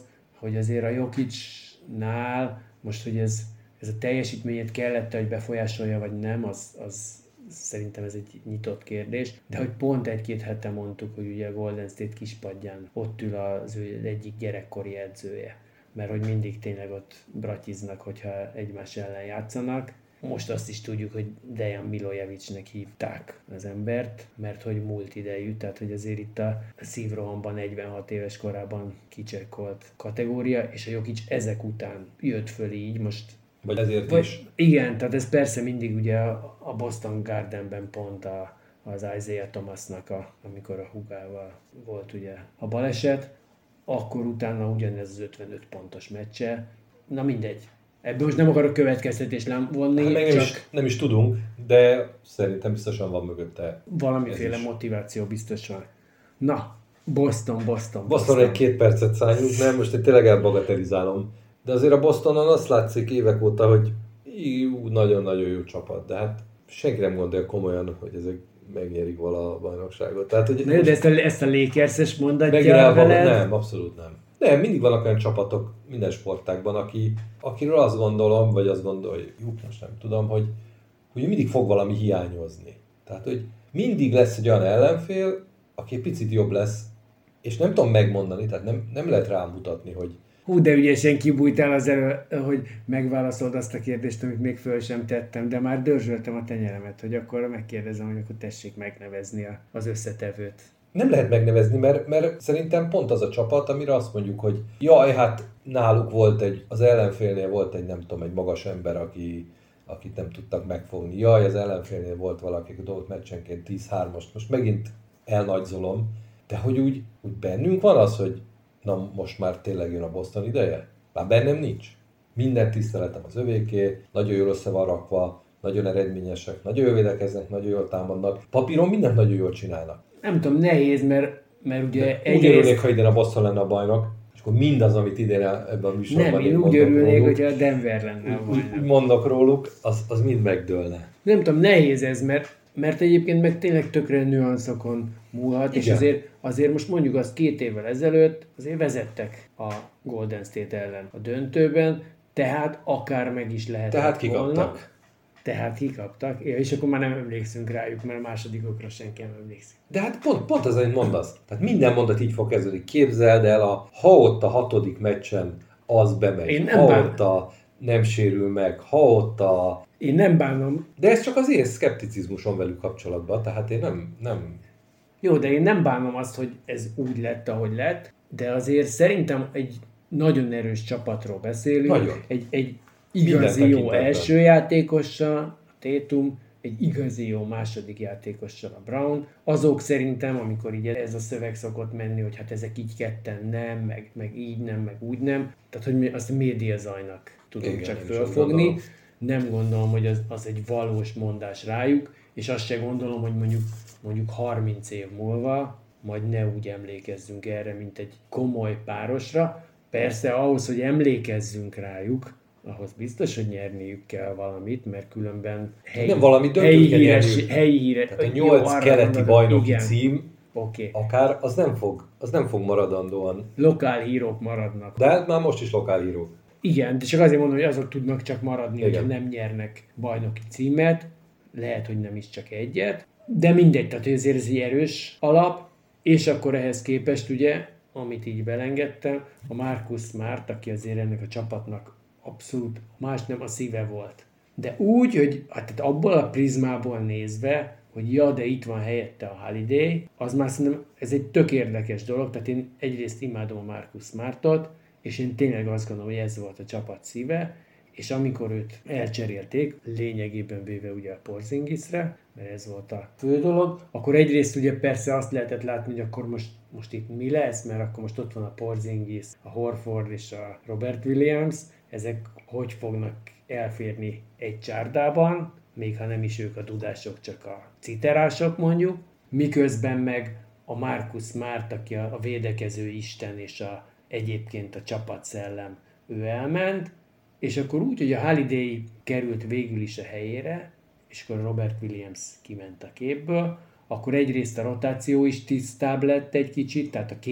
hogy azért a Jokicnál most, hogy ez a teljesítményét kellett, hogy befolyásolja, vagy nem, az szerintem ez egy nyitott kérdés, de hogy pont egy-két hete mondtuk, hogy ugye a Golden State kispadján ott ül az ő egyik gyerekkori edzője, mert hogy mindig tényleg ott bratiznak, hogyha egymás ellen játszanak. Most azt is tudjuk, hogy Dejan Milojevicnek hívták az embert, mert hogy múlt idejű, tehát hogy azért itt a szívrohamban 46 éves korában kicsekkolt kategória, és a Jokic ezek után jött föl így, most vagy ezért is. Igen, tehát ez persze mindig ugye a Boston Gardenben pont az Isaiah Thomasnak, amikor a húgával volt ugye a baleset, akkor utána ugyanez az 55 pontos meccse. Na mindegy. Ebből most nem akarok következtetést vonni. Hát nem is tudunk, de szerintem biztosan van mögötte. Valamiféle motiváció biztos van. Na, Boston. Bostonra egy 2 percet szálljunk, nem? Most én tényleg elbagatelizálom. De azért a Bostonon azt látszik évek óta, hogy nagyon-nagyon jó csapat, de hát senki nem gondolja komolyan, hogy ezek megnyerik vala a bajnokságot. Tehát, hogy de ezt a Lakers-es mondatja veled? Nem, abszolút nem. Nem, mindig vannak olyan csapatok minden sportágban, akiről azt gondolom, vagy azt gondoljuk, most nem tudom, hogy mindig fog valami hiányozni. Tehát, hogy mindig lesz egy olyan ellenfél, aki egy picit jobb lesz, és nem tudom megmondani, tehát nem lehet rámutatni, hogy Hú, de ügyesen kibújtál az elő, hogy megválaszold azt a kérdést, amit még föl sem tettem, de már dörzsöltem a tenyeremet, hogy akkor megkérdezem, hogy akkor tessék megnevezni az összetevőt. Nem lehet megnevezni, mert szerintem pont az a csapat, amire azt mondjuk, hogy jaj, hát náluk volt az ellenfélnél volt egy, nem tudom, egy magas ember, akit nem tudtak megfogni. Jaj, az ellenfélnél volt valaki, aki dobott meccsenként 10-3-ast. Most megint elnagyzolom, de hogy úgy bennünk van az, hogy na most már tényleg jön a Boston ideje? Már bennem nincs. Minden tiszteletem az övéké, nagyon jól össze van rakva, nagyon eredményesek, nagyon jól védekeznek, nagyon jól támadnak. Papíron mindent nagyon jól csinálnak. Nem tudom, nehéz, mert ugye úgy örülnék, ha idén a Boston lenne a bajnok, és akkor mindaz, amit idén ebben a műsorban nem, én úgy örülnék, hogyha a Denver lenne a bajnok. Mondok róluk, az mind megdőlne. Nem tudom, nehéz ez, mert egyébként meg tényleg tökre nüanszokon múlhat, igen. És azért most mondjuk azt 2 évvel ezelőtt azért vezettek a Golden State ellen a döntőben, tehát akár meg is lehetett volna. Tehát kikaptak, és akkor már nem emlékszünk rájuk, mert a másodikokra senki nem emlékszik. De hát pont az, amit mondasz. Tehát minden mondat így fog kezdődni. Képzeld el, ha ott a 6. meccsen az bemegy, ott nem sérül meg, ha ott Én nem bánom. De ez csak az én szkepticizmusom velük kapcsolatban, tehát én nem... Jó, de én nem bánom azt, hogy ez úgy lett, ahogy lett, de azért szerintem egy nagyon erős csapatról beszélünk. Nagyon. Egy igazi jó első játékossal, a Tatum, egy igazi jó második játékossal, a Brown. Azok szerintem, amikor így ez a szöveg szokott menni, hogy hát ezek így ketten nem, meg így nem, meg úgy nem. Tehát, hogy azt a médiazajnak tudom csak fölfogni. Nem gondolom, hogy az egy valós mondás rájuk, és azt se gondolom, hogy mondjuk 30 év múlva majd ne úgy emlékezzünk erre, mint egy komoly párosra. Persze ahhoz, hogy emlékezzünk rájuk, ahhoz biztos, hogy nyerniük kell valamit, mert különben helyi híres. Tehát a 8 keleti bajnoki cím, akár az nem fog maradandóan. Lokál hírók maradnak. De hát már most is lokál hírók. Igen, de csak azért mondom, hogy azok tudnak csak maradni, hogyha nem nyernek bajnoki címet. Lehet, hogy nem is csak egyet. De mindegy, tehát azért ez egy erős alap, és akkor ehhez képest ugye, amit így belengedtem, a Marcus Smart, aki azért ennek a csapatnak abszolút más nem a szíve volt. De úgy, hogy hát abból a prizmából nézve, hogy ja, de itt van helyette a Holiday, az már szerintem ez egy tök érdekes dolog, tehát én egyrészt imádom a Marcus Smartot, és én tényleg azt gondolom, hogy ez volt a csapat szíve, és amikor őt elcserélték, lényegében véve ugye a Porzingisre, mert ez volt a fő dolog, akkor egyrészt ugye persze azt lehetett látni, hogy akkor most itt mi lesz, mert akkor most ott van a Porzingis, a Horford és a Robert Williams, ezek hogy fognak elférni egy csárdában, még ha nem is ők a dudások, csak a citerások mondjuk, miközben meg a Marcus Smart, aki a védekező isten és egyébként a csapatszellem, ő elment, és akkor úgy, hogy a Holiday került végül is a helyére, és akkor Robert Williams kiment a képből, akkor egyrészt a rotáció is tisztább lett egy kicsit, tehát a 2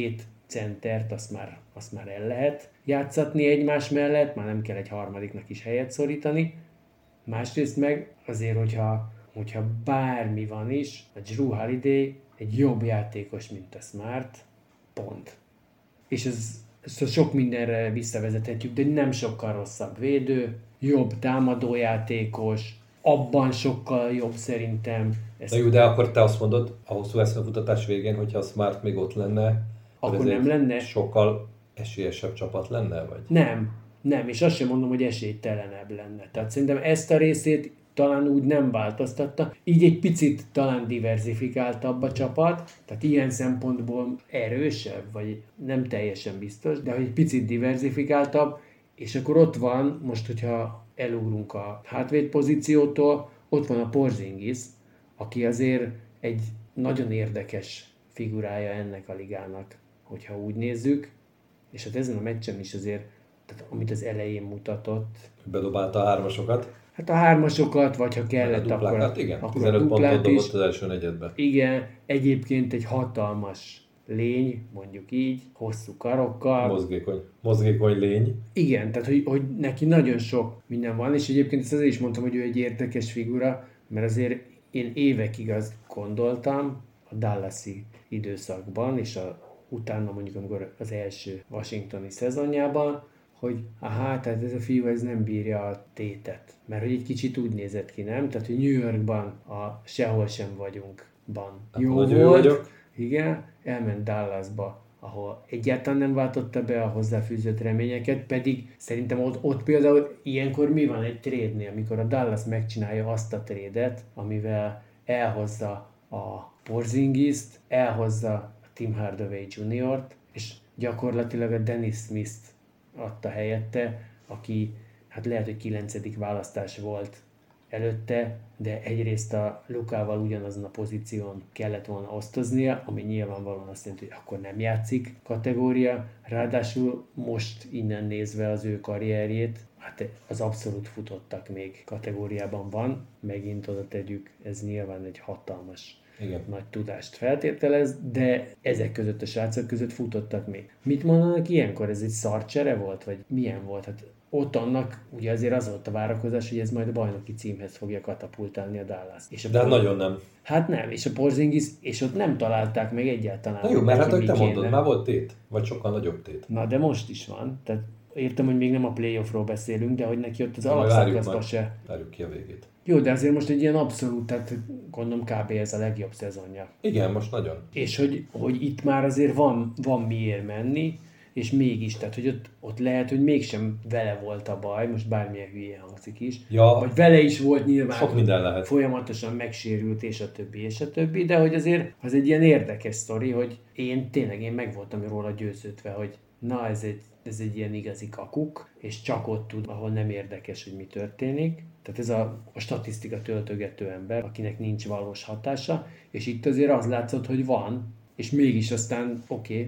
centert, azt már el lehet játszatni egymás mellett, már nem kell egy harmadiknak is helyet szorítani. Másrészt meg azért, hogyha bármi van is, a Jrue Holiday egy jobb játékos, mint a Smart, pont. És ezt sok mindenre visszavezethetjük, de nem sokkal rosszabb védő, jobb támadójátékos, abban sokkal jobb szerintem. Na jó, de akkor te azt mondod a hosszú eszmefutatás végén, hogyha a Smart még ott lenne, akkor nem lenne? Sokkal esélyesebb csapat lenne, vagy? Nem, és azt sem mondom, hogy esélytelenebb lenne. Tehát szerintem ezt a részét talán úgy nem változtatta, így egy picit talán diversifikáltabb a csapat, tehát ilyen szempontból erősebb, vagy nem teljesen biztos, de hogy egy picit diversifikáltabb, és akkor ott van, most hogyha elugrunk a hátvéd pozíciótól, ott van a Porzingis, aki azért egy nagyon érdekes figurája ennek a ligának, hogyha úgy nézzük, és hát ezen a meccsen is azért, tehát amit az elején mutatott. Bedobálta a hármasokat. Hát a hármasokat, vagy ha kellett, akkor, igen, akkor 15 a duplát pontot is. dobott az első negyedben. Igen, egyébként egy hatalmas lény, mondjuk így, hosszú karokkal. Mozgékony lény. Igen, tehát hogy neki nagyon sok minden van, és egyébként ezt azért is mondtam, hogy ő egy érdekes figura, mert azért én évekig azt gondoltam a Dallasi időszakban, és utána mondjuk amikor az első washingtoni szezonjában, hogy tehát ez a fiú ez nem bírja a tétet. Mert hogy egy kicsit úgy nézett ki, nem? Tehát, hogy New Yorkban a sehol sem vagyunkban jó volt. Igen, elment Dallasba, ahol egyáltalán nem váltotta be a hozzáfűzött reményeket, pedig szerintem ott például ilyenkor mi van egy trade-nél, amikor a Dallas megcsinálja azt a trade-et, amivel elhozza a Porzingist, elhozza a Tim Hardaway Jr.-t, és gyakorlatilag a Dennis Smith-t adta helyette, aki hát lehet, hogy 9. választás volt előtte, de egyrészt a Lukával ugyanazon a pozíción kellett volna osztoznia, ami nyilvánvalóan azt jelenti, hogy akkor nem játszik kategória, ráadásul most innen nézve az ő karrierjét, hát az abszolút futottak még kategóriában van, megint oda tegyük, ez nyilván egy hatalmas nagy tudást feltételez, de ezek között a srácok között futottak még. Mit mondanak ilyenkor? Ez egy szarcsere volt? Vagy milyen volt? Hát ott annak ugye azért az volt a várakozás, hogy ez majd a bajnoki címhez fogja katapultálni a Dallas. De nagyon nem. Hát nem, és a Porzingis, és ott nem találták meg egyáltalán. Na jó, mert hát, hogy te mondod, már volt tét, vagy sokkal nagyobb tét. Na, de most is van. Tehát értem, hogy még nem a playoffról beszélünk, de hogy neki ott az alapszakaszban se. Várjuk ki a végét. Jó, de azért most egy ilyen abszolút, tehát gondolom kb. Ez a legjobb szezonja. Igen, most nagyon. És hogy itt már azért van miért menni, és mégis, tehát hogy ott lehet, hogy mégsem vele volt a baj, most bármilyen hülye hangzik is, vagy vele is volt nyilván, sok minden lehet. Folyamatosan megsérült, és a többi, de hogy azért az egy ilyen érdekes sztori, hogy én meg voltam róla győződve, hogy na ez egy ilyen igazi kakuk, és csak ott tud, ahol nem érdekes, hogy mi történik. Tehát ez a statisztika töltögető ember, akinek nincs valós hatása, és itt azért az látszott, hogy van, és mégis aztán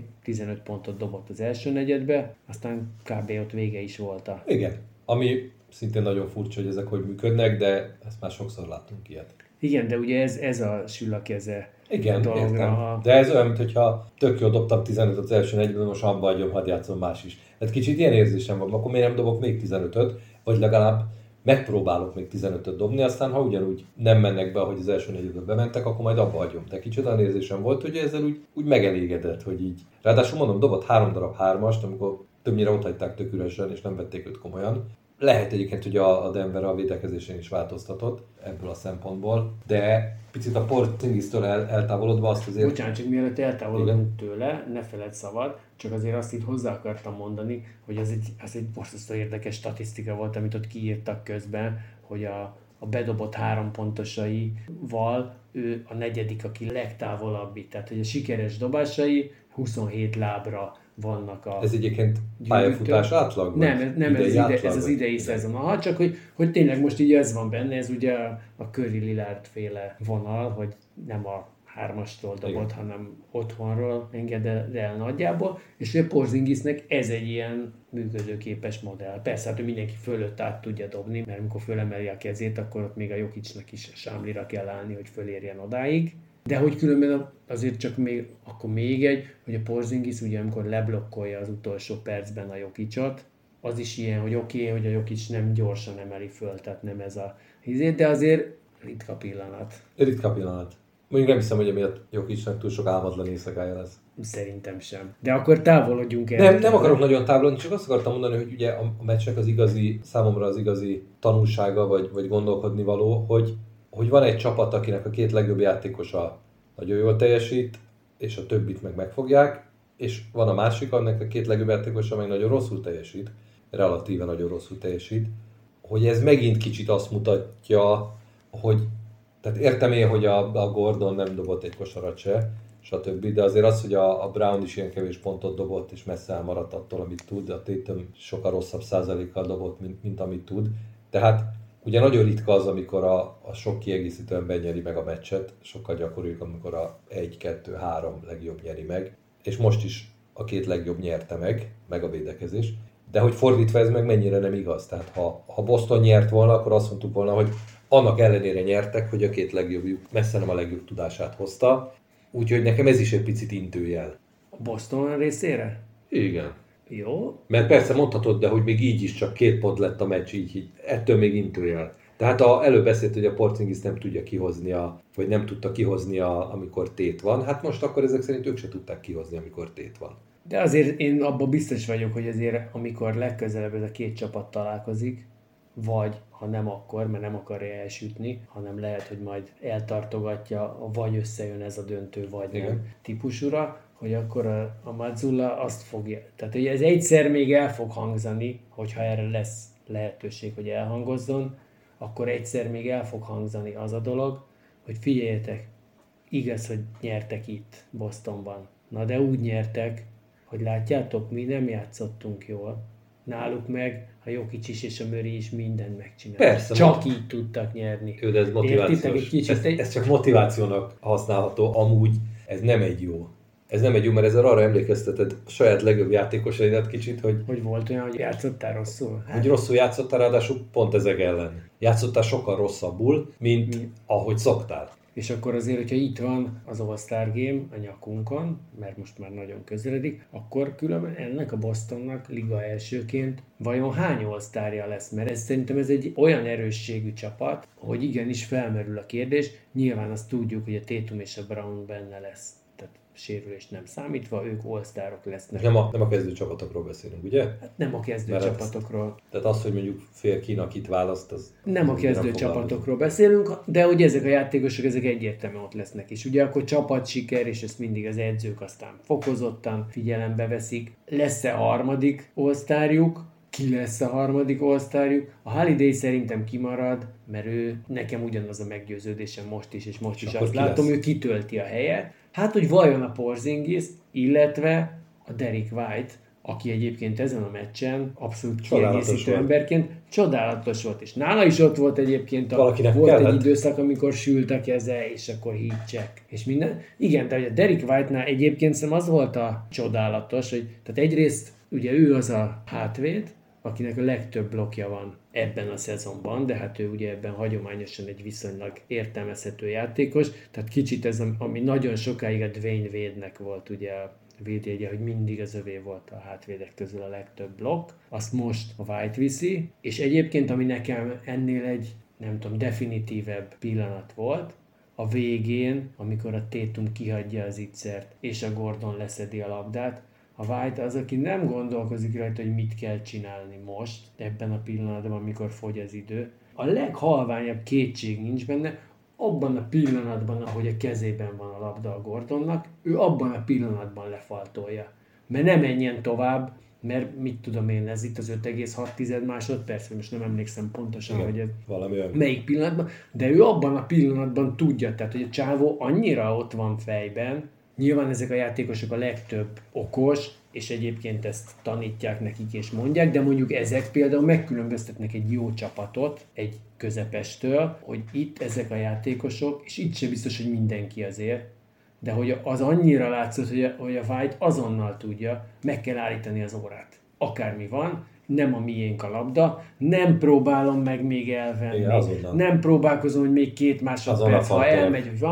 15 pontot dobott az első negyedbe, aztán kb. Ott vége is volt a... Igen, ami szintén nagyon furcsa, hogy ezek hogy működnek, de ezt már sokszor láttunk ilyet. Igen, de ugye ez a sül a keze. Igen, értem. De ez olyan, mintha tök jól dobtam 15 az első negyedben, most abba hagyom, hadd játszom más is. Tehát kicsit ilyen érzésem van, akkor miért nem dobok még 15-öt, vagy legalább megpróbálok még 15-öt dobni, aztán ha ugyanúgy nem mennek be, ahogy az első negyedben bementek, akkor majd abba hagyom. De kicsit olyan érzésem volt, hogy ezzel úgy megelégedett, hogy így. Ráadásul mondom, dobott 3 darab 3-ast, amikor többnyire ott hagyták tök üresen, és nem vették őt komolyan. Lehet egyébként, hogy a Denver a védekezésén is változtatott ebből a szempontból, de picit a Porzingistől eltávolodva azt azért... Bocsánat, csak mielőtt eltávolodunk tőle, ne feledd szabad, csak azért azt itt hozzá akartam mondani, hogy az egy borzasztó érdekes statisztika volt, amit ott kiírtak közben, hogy a bedobott 3 pontosaival ő a negyedik, aki legtávolabbi, tehát hogy a sikeres dobásai 27 lábra vannak a... Ez egyébként pályafutás átlag? Nem ez az idei szezon. Aha, csak hogy tényleg most így ez van benne, ez ugye a Curry Lillard féle vonal, hogy nem a 3-astól dobott, hanem otthonról enged el nagyjából, és a Porzingisnek ez egy ilyen működőképes modell. Persze, hát mindenki fölött át tudja dobni, mert amikor fölemeli a kezét, akkor ott még a Jokicnak is sámlira kell állni, hogy fölérjen odáig, De hogy különben azért csak még egy, hogy a Porzingis ugye amikor leblokkolja az utolsó percben a Jokicot, az is ilyen, hogy oké, hogy a Jokic nem gyorsan emeli föl, tehát nem ez a hizét, de azért ritka pillanat. Ritka pillanat. Mondjuk nem hiszem, hogy emiatt Jokicnak túl sok álmatlan éjszakája lesz. Szerintem sem. De akkor távolodjunk el. Nem akarok nagyon távolodni, csak azt akartam mondani, hogy ugye a meccsnek az igazi, számomra az igazi tanulsága, vagy gondolkodni való, hogy van egy csapat, akinek a két legjobb játékosa nagyon jól teljesít, és a többit meg megfogják, és van a másik, annak a két legjobb játékosa meg nagyon rosszul teljesít, relatíven nagyon rosszul teljesít, hogy ez megint kicsit azt mutatja, hogy tehát értem én, hogy a Gordon nem dobott egy kosarat se, stb. De azért az, hogy a Brown is ilyen kevés pontot dobott, és messze elmaradt attól, amit tud, a Tatum sokkal rosszabb százalékkal dobott, mint amit tud. Tehát ugye nagyon ritka az, amikor a sok kiegészítő ember nyeri meg a meccset, sokkal gyakoribb, amikor a 1, 2, 3 legjobb nyeri meg, és most is a két legjobb nyerte meg a védekezés. De hogy fordítva ez meg mennyire nem igaz. Tehát ha Boston nyert volna, akkor azt mondtuk volna, hogy annak ellenére nyertek, hogy a két legjobbjuk messze nem a legjobb tudását hozta. Úgyhogy nekem ez is egy picit intőjel. A Boston részére? Igen. Jó. Mert persze mondhatod, de hogy még így is csak 2 pont lett a meccs, így ettől még intőjel. Tehát előbb beszélt, hogy a Porzingis nem tudja kihozni, vagy nem tudta kihozni, amikor tét van. Hát most akkor ezek szerint ők se tudták kihozni, amikor tét van. De azért én abban biztos vagyok, hogy azért amikor legközelebb ez a két csapat találkozik, vagy ha nem akkor, mert nem akarja elsütni, hanem lehet, hogy majd eltartogatja, vagy összejön ez a döntő, vagy nem igen. típusúra, hogy akkor a Mazzulla azt fogja, tehát hogy ez egyszer még el fog hangzani, hogyha erre lesz lehetőség, hogy elhangozzon, akkor egyszer még el fog hangzani az a dolog, hogy figyeljetek, igaz, hogy nyertek itt Bostonban. Na de úgy nyertek, hogy látjátok, mi nem játszottunk jól. Náluk meg a Jokic is és a Murray is mindent megcsináltak. Persze. Csak így tudtak nyerni. Jó, de ez motivációs. Ez csak motivációnak használható, amúgy ez nem egy jó. Ez nem egy jó, mert ezzel arra emlékezteted a saját legjobb játékosaidat kicsit, hogy volt olyan, hogy játszottál rosszul? Hogy rosszul játszottál, ráadásul pont ezek ellen. Játszottál sokkal rosszabbul, mint ahogy szoktál. És akkor azért, hogyha itt van az All-Star Game a nyakunkon, mert most már nagyon közeledik, akkor különben ennek a Bostonnak liga elsőként vajon hány All-Starja lesz? Mert szerintem ez egy olyan erősségű csapat, hogy igenis felmerül a kérdés. Nyilván azt tudjuk, hogy a Tatum és a Brown benne lesz. Tehát sérülést nem számítva, ők All-Starok lesznek. Nem a kezdőcsapatokról beszélünk, ugye? Hát nem a kezdőcsapatokról. Tehát az, hogy mondjuk fél Kína kit választ, az... Nem a kezdőcsapatokról beszélünk, de ugye ezek a játékosok, ezek egyértelműen ott lesznek is. Ugye akkor csapatsiker, és ezt mindig az edzők aztán fokozottan figyelembe veszik. Lesz-e harmadik All-Starjuk? Ki lesz a harmadik All-Starjuk? A Holiday szerintem kimarad, mert nekem ugyanaz a meggyőződésem most is, és most is azt látom, ő kitölti a helyet. Hát, hogy vajon a Porzingis, illetve a Derrick White, aki egyébként ezen a meccsen abszolút kiegészítő emberként csodálatos volt, és nála is ott volt egyébként, volt egy időszak, amikor sült a keze, és akkor heat check, és minden. Igen, de a Derrick White-nál egyébként szerintem az volt a csodálatos, hogy tehát egyrészt ugye ő az a hátvéd, akinek a legtöbb blokkja van ebben a szezonban, de hát ő ugye ebben hagyományosan egy viszonylag értelmezhető játékos, tehát kicsit ez, ami nagyon sokáig a Dwayne Wade-nek volt ugye a védjegye, hogy mindig az övé volt a hátvédek közül a legtöbb blokk, azt most a White viszi, és egyébként ami nekem ennél egy, nem tudom, definitívebb pillanat volt, a végén, amikor a Tatum kihagyja az ittszert, és a Gordon leszedi a labdát, a White az, aki nem gondolkozik rajta, hogy mit kell csinálni most, ebben a pillanatban, amikor fogy az idő. A leghalványabb kétség nincs benne, abban a pillanatban, ahogy a kezében van a labda a Gordonnak, ő abban a pillanatban lefaltolja. Mert ne menjen tovább, mert mit tudom én, ez itt az 5,6 másodperc, most nem emlékszem pontosan, igen, hogy ez valami melyik pillanatban, de ő abban a pillanatban tudja, tehát hogy a csávó annyira ott van fejben. Nyilván ezek a játékosok a legtöbb okos, és egyébként ezt tanítják nekik és mondják, de mondjuk ezek például megkülönböztetnek egy jó csapatot egy közepestől, hogy itt ezek a játékosok, és itt sem biztos, hogy mindenki azért, de hogy az annyira látszott, hogy a White azonnal tudja, meg kell állítani az órát. Akármi van, nem a miénk a labda, nem próbálom meg még elvenni, igen, nem próbálkozom, hogy még 2 másodperc, ha elmegy, hogy valami,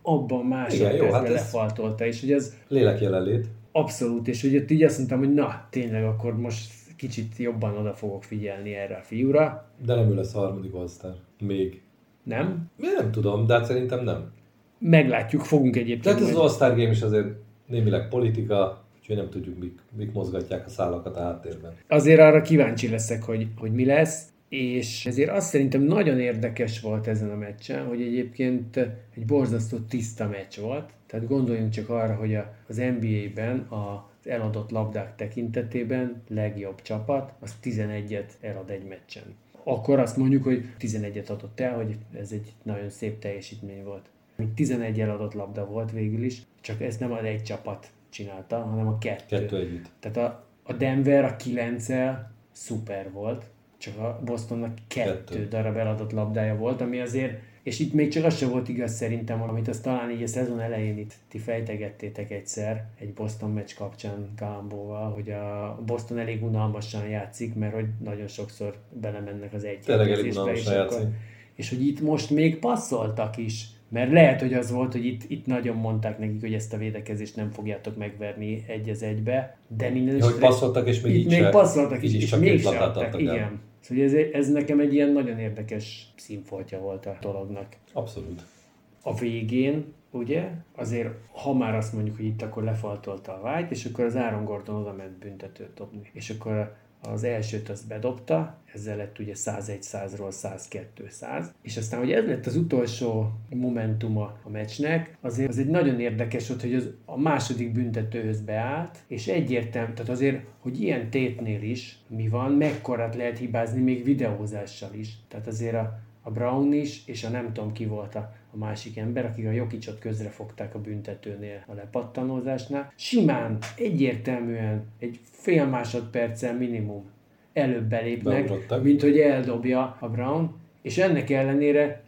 abban másodpercben hát lefaltolta, és hogy ez lélek jelenlét. abszolút, és hogy így azt mondtam, hogy na, tényleg akkor most kicsit jobban oda fogok figyelni erre a fiúra. De nem ő lesz a harmadik All-Star. Még. Nem? Én nem tudom, de hát szerintem nem. Meglátjuk, fogunk egyébként. Tehát ez az All-Star Game is azért némileg politika, úgyhogy nem tudjuk, mik mozgatják a szálakat a háttérben. Azért arra kíváncsi leszek, hogy mi lesz, és ezért azt szerintem nagyon érdekes volt ezen a meccsen, hogy egyébként egy borzasztó tiszta meccs volt. Tehát gondoljunk csak arra, hogy az NBA-ben az eladott labdák tekintetében legjobb csapat, az 11-et elad egy meccsen. Akkor azt mondjuk, hogy 11-et adott el, hogy ez egy nagyon szép teljesítmény volt. 11 eladott labda volt végül is, csak ez nem az egy csapat csinálta, hanem a kettő együtt. Tehát a Denver a 9-el szuper volt, csak a Bostonnak kettő darab eladott labdája volt, ami azért, és itt még csak az sem volt igaz szerintem, amit azt talán így a szezon elején itt ti fejtegettétek egyszer egy Boston meccs kapcsán Galambóval, hogy a Boston elég unalmasan játszik, mert hogy nagyon sokszor belemennek az egyhelyezésbe, és hogy itt most még passzoltak is. Mert lehet, hogy az volt, hogy itt nagyon mondták nekik, hogy ezt a védekezést nem fogjátok megverni 1-1-be, de minden esetre... Hogy passzoltak, és még itt még passzoltak is, és még se adták. Igen. Szóval ez nekem egy ilyen nagyon érdekes színfoltja volt a dolognak. Abszolút. A végén, ugye, azért, ha már azt mondjuk, hogy itt akkor lefaltolta a White, és akkor az Aaron Gordon oda ment büntetőt dobni. És akkor az elsőt azt bedobta, ezzel lett ugye 101-100-ról 102-100, és aztán, hogy ez lett az utolsó momentuma a meccsnek, azért az egy nagyon érdekes volt, hogy a második büntetőhöz beállt, és egyértelmű, tehát azért, hogy ilyen tétnél is mi van, mekkorát lehet hibázni még videózással is. Tehát azért a Brown is, és a nem tudom ki volt a másik ember, akik a Jokicot közrefogták a büntetőnél, a lepattanózásnál. Simán, egyértelműen, egy fél másodperccel minimum előbb belépnek, mint hogy eldobja a Brown, és ennek ellenére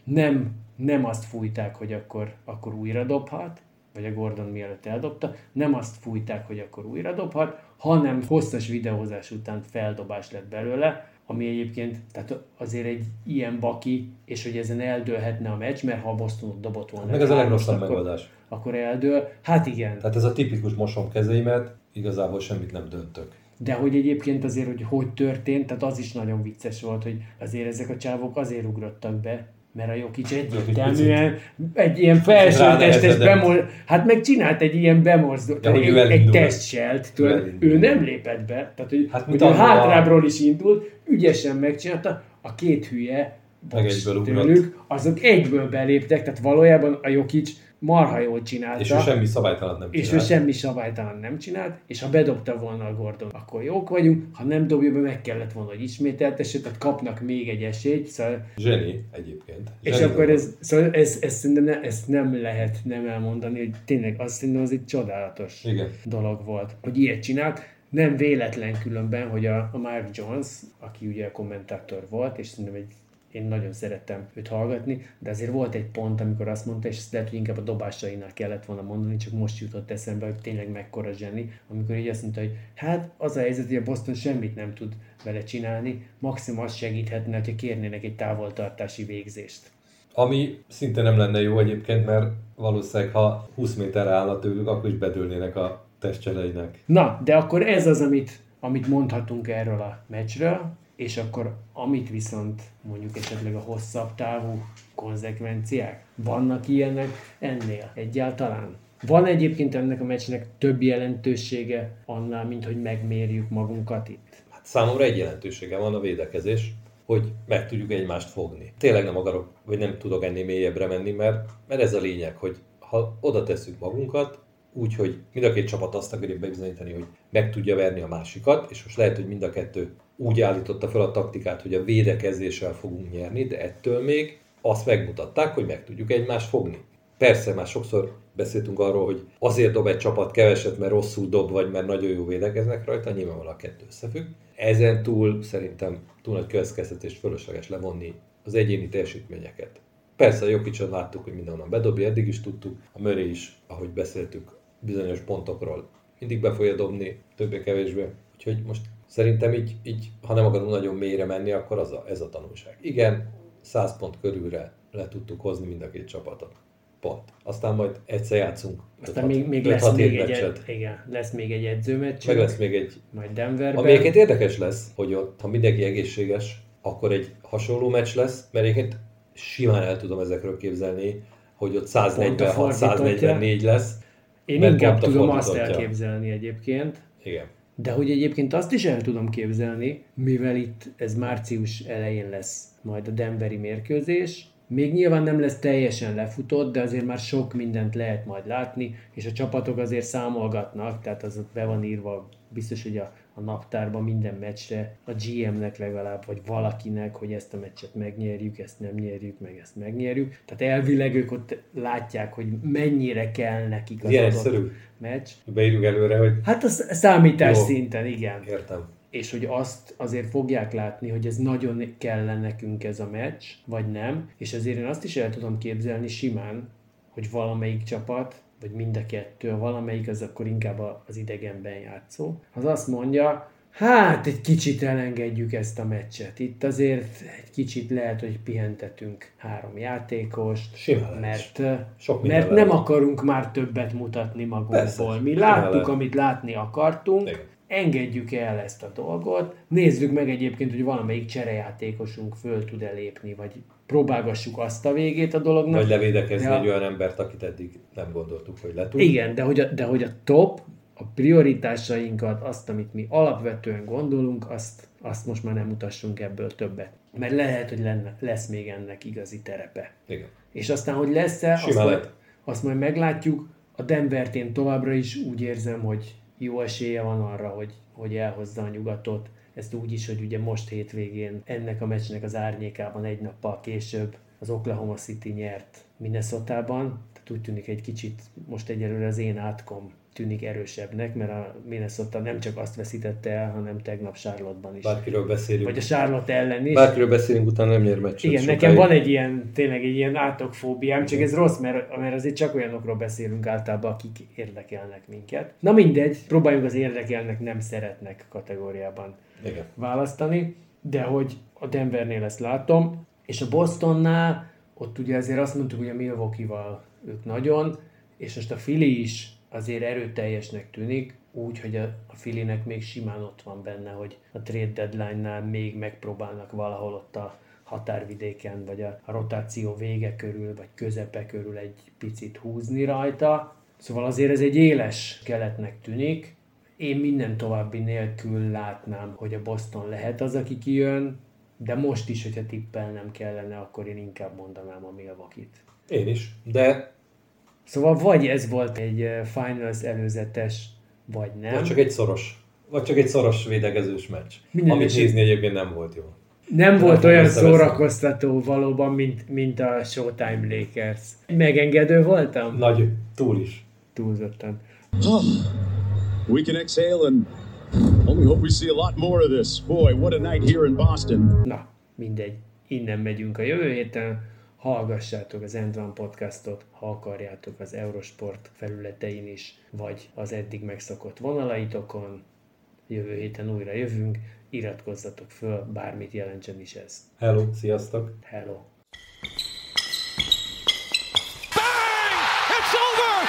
nem azt fújták, hogy akkor újra dobhat, vagy a Gordon mielőtt eldobta, nem azt fújták, hogy akkor újra dobhat, hanem hosszas videózás után feldobás lett belőle, ami egyébként, tehát azért egy ilyen baki, és hogy ezen eldőlhetne a meccs, mert ha a Bostonot dobott volna. Meg ez a legrosszabb megoldás. Akkor eldől. Hát igen. Tehát ez a tipikus mosom kezeimet, igazából semmit nem döntök. De hogy egyébként azért, hogy történt, tehát az is nagyon vicces volt, hogy azért ezek a csávok azért ugrottak be, mert a Jokic egyértelműen egy ilyen felsőtestes hát meg csinált egy ilyen bemozdulást, egy testselt, ő nem lépett be, tehát hogy hát, ugye hátrábról is indult, ügyesen megcsinálta, a két hülye tőlük, azok egyből beléptek, tehát valójában a Jokic marha jól csinálta. És ő semmi szabálytalan nem csinált. És ha bedobta volna a Gordon, akkor jók vagyunk. Ha nem dobja be, meg kellett volna, hogy ismételtesse, tehát kapnak még egy esélyt. Szóval... Zseni egyébként. És zseni akkor ezt nem lehet nem elmondani, hogy tényleg azt szerintem az egy csodálatos dolog volt, hogy ilyet csinált. Nem véletlen különben, hogy a Mark Jones, aki ugye a kommentátor volt, és szerintem én nagyon szerettem őt hallgatni, de azért volt egy pont, amikor azt mondta, és ezt lehet, hogy inkább a dobásainál kellett volna mondani, csak most jutott eszembe, hogy tényleg mekkora zseni, amikor így azt mondta, hogy hát az a helyzet, hogy a Boston semmit nem tud vele csinálni, maximum azt segíthetne, hogyha kérnének egy távoltartási végzést. Ami szinte nem lenne jó egyébként, mert valószínűleg, ha 20 méterre állna tőlük, akkor is bedőlnének a testcseleinek. Na, de akkor ez az, amit mondhatunk erről a meccsről, és akkor amit viszont mondjuk esetleg a hosszabb távú konzekvenciák, vannak ilyenek ennél egyáltalán? Van egyébként ennek a meccsnek több jelentősége annál, mint hogy megmérjük magunkat itt? Hát számomra egy jelentősége van a védekezés, hogy meg tudjuk egymást fogni. Tényleg nem akarok, vagy nem tudok ennél mélyebbre menni, mert ez a lényeg, hogy ha oda tesszük magunkat, úgyhogy mind a két csapat azt akarja bebizonyítani, hogy meg tudja verni a másikat, és most lehet, hogy mind a kettő úgy állította fel a taktikát, hogy a védekezéssel fogunk nyerni, de ettől még azt megmutatták, hogy meg tudjuk egymást fogni. Persze, már sokszor beszéltünk arról, hogy azért dob egy csapat keveset, mert rosszul dob, vagy mert nagyon jó védekeznek rajta, nyilvánvalóan a kettő összefügg. Ezen túl szerintem túl nagy következtetést fölösleges levonni az egyéni teljesítményeket. Persze a Jokicot láttuk, hogy mindenhonnan bedobja, eddig is tudtuk, a Murray is, ahogy beszéltük, bizonyos pontokról mindig be fogja dobni, többé-kevésbé. Úgyhogy most szerintem így, ha nem akarunk nagyon mélyre menni, akkor ez a tanulság. Igen, 100 pont körülre le tudtuk hozni mind a két csapatot. Pont. Aztán majd egyszer játszunk. Aztán még lesz még egy edzőmeccs. Meg lesz még egy... Majd Denverben. Ami egyébként érdekes lesz, hogy ott, ha mindenki egészséges, akkor egy hasonló meccs lesz, mert egyébként simán el tudom ezekről képzelni, hogy ott 146-144 lesz. Én inkább tudom azt elképzelni egyébként. Igen. De hogy egyébként azt is el tudom képzelni, mivel itt ez március elején lesz majd a denveri mérkőzés, még nyilván nem lesz teljesen lefutott, de azért már sok mindent lehet majd látni, és a csapatok azért számolgatnak, tehát az ott be van írva, biztos, hogy a naptárban minden meccsre, a GM-nek legalább, vagy valakinek, hogy ezt a meccset megnyerjük, ezt nem nyerjük, meg ezt megnyerjük. Tehát elvileg ők ott látják, hogy mennyire kell nekik az adott meccs. Beírjuk előre, hogy... Hát a számítás szinten, igen. Értem. És hogy azt azért fogják látni, hogy ez nagyon kell nekünk ez a meccs, vagy nem. És ezért én azt is el tudom képzelni simán, hogy valamelyik csapat, vagy mind a kettő, valamelyik az akkor inkább az idegenben játszó, az azt mondja, hát egy kicsit elengedjük ezt a meccset. Itt azért egy kicsit lehet, hogy pihentetünk 3 játékost, mert nem akarunk már többet mutatni magunkból. Mi láttuk, amit látni akartunk, igen. Engedjük el ezt a dolgot, nézzük meg egyébként, hogy valamelyik cserejátékosunk föl tud-e lépni, vagy próbálgassuk azt a végét a dolognak. Vagy levédekezni egy olyan embert, akit eddig nem gondoltuk, hogy le tud. Igen, de hogy a top, a prioritásainkat, azt, amit mi alapvetően gondolunk, azt most már nem mutassunk ebből többet. Mert lehet, hogy lesz még ennek igazi terepe. Igen. És aztán, hogy lesz-e, azt majd meglátjuk. A Denvert én továbbra is úgy érzem, hogy jó esélye van arra, hogy elhozza a nyugatot. Ezt úgy is, hogy ugye most hétvégén ennek a meccsnek az árnyékában egy nappal később az Oklahoma City nyert Minnesotában. Tehát úgy tűnik egy kicsit, most egyelőre az én átkom tűnik erősebbnek, mert a Minnesota nem csak azt veszítette el, hanem tegnap Charlotte-ban is. Bárkiről beszélünk. Vagy a Charlotte ellen is. Bárkiről beszélünk, utána nem nyer meccset. Igen, nekem van egy ilyen, tényleg egy ilyen átokfóbiám, csak ez rossz, mert azért csak olyanokról beszélünk általában, akik érdekelnek minket. Na mindegy, próbáljuk az érdekelnek, nem szeretnek kategóriában választani, de hogy a Denvernél ezt látom, és a Bostonnál, ott ugye azért azt mondtuk, hogy a Milwaukee-val ők nagyon, és most a Philly is azért erőteljesnek tűnik, úgy, hogy a Phillynek még simán ott van benne, hogy a trade deadline-nál még megpróbálnak valahol ott a határvidéken, vagy a rotáció vége körül, vagy közepe körül egy picit húzni rajta. Szóval azért ez egy éles keletnek tűnik. Én minden további nélkül látnám, hogy a Boston lehet az, aki kijön, de most is, hogyha tippelnem kellene, akkor én inkább mondanám a Milwaukee-t. Én is, de... Szóval vagy ez volt egy finals előzetes, vagy nem. Vagy csak egy szoros védekezős meccs. Amit nézni egyébként nem volt jó. Nem volt olyan szórakoztató valóban, mint a Showtime Lakers. Megengedő voltam? Nagy, túl is. Túlzottan. We can exhale and only hope we see a lot more of this. Boy, what a night here in Boston. Na, mindegy. Innen megyünk a jövő héten. Hallgassátok az End One podcastot, ha akarjátok az Eurosport felületein is, vagy az eddig megszokott vonalaitokon. Jövő héten újra jövünk, iratkozzatok föl, bármit jelentsen is ez. Hello, sziasztok! Hello!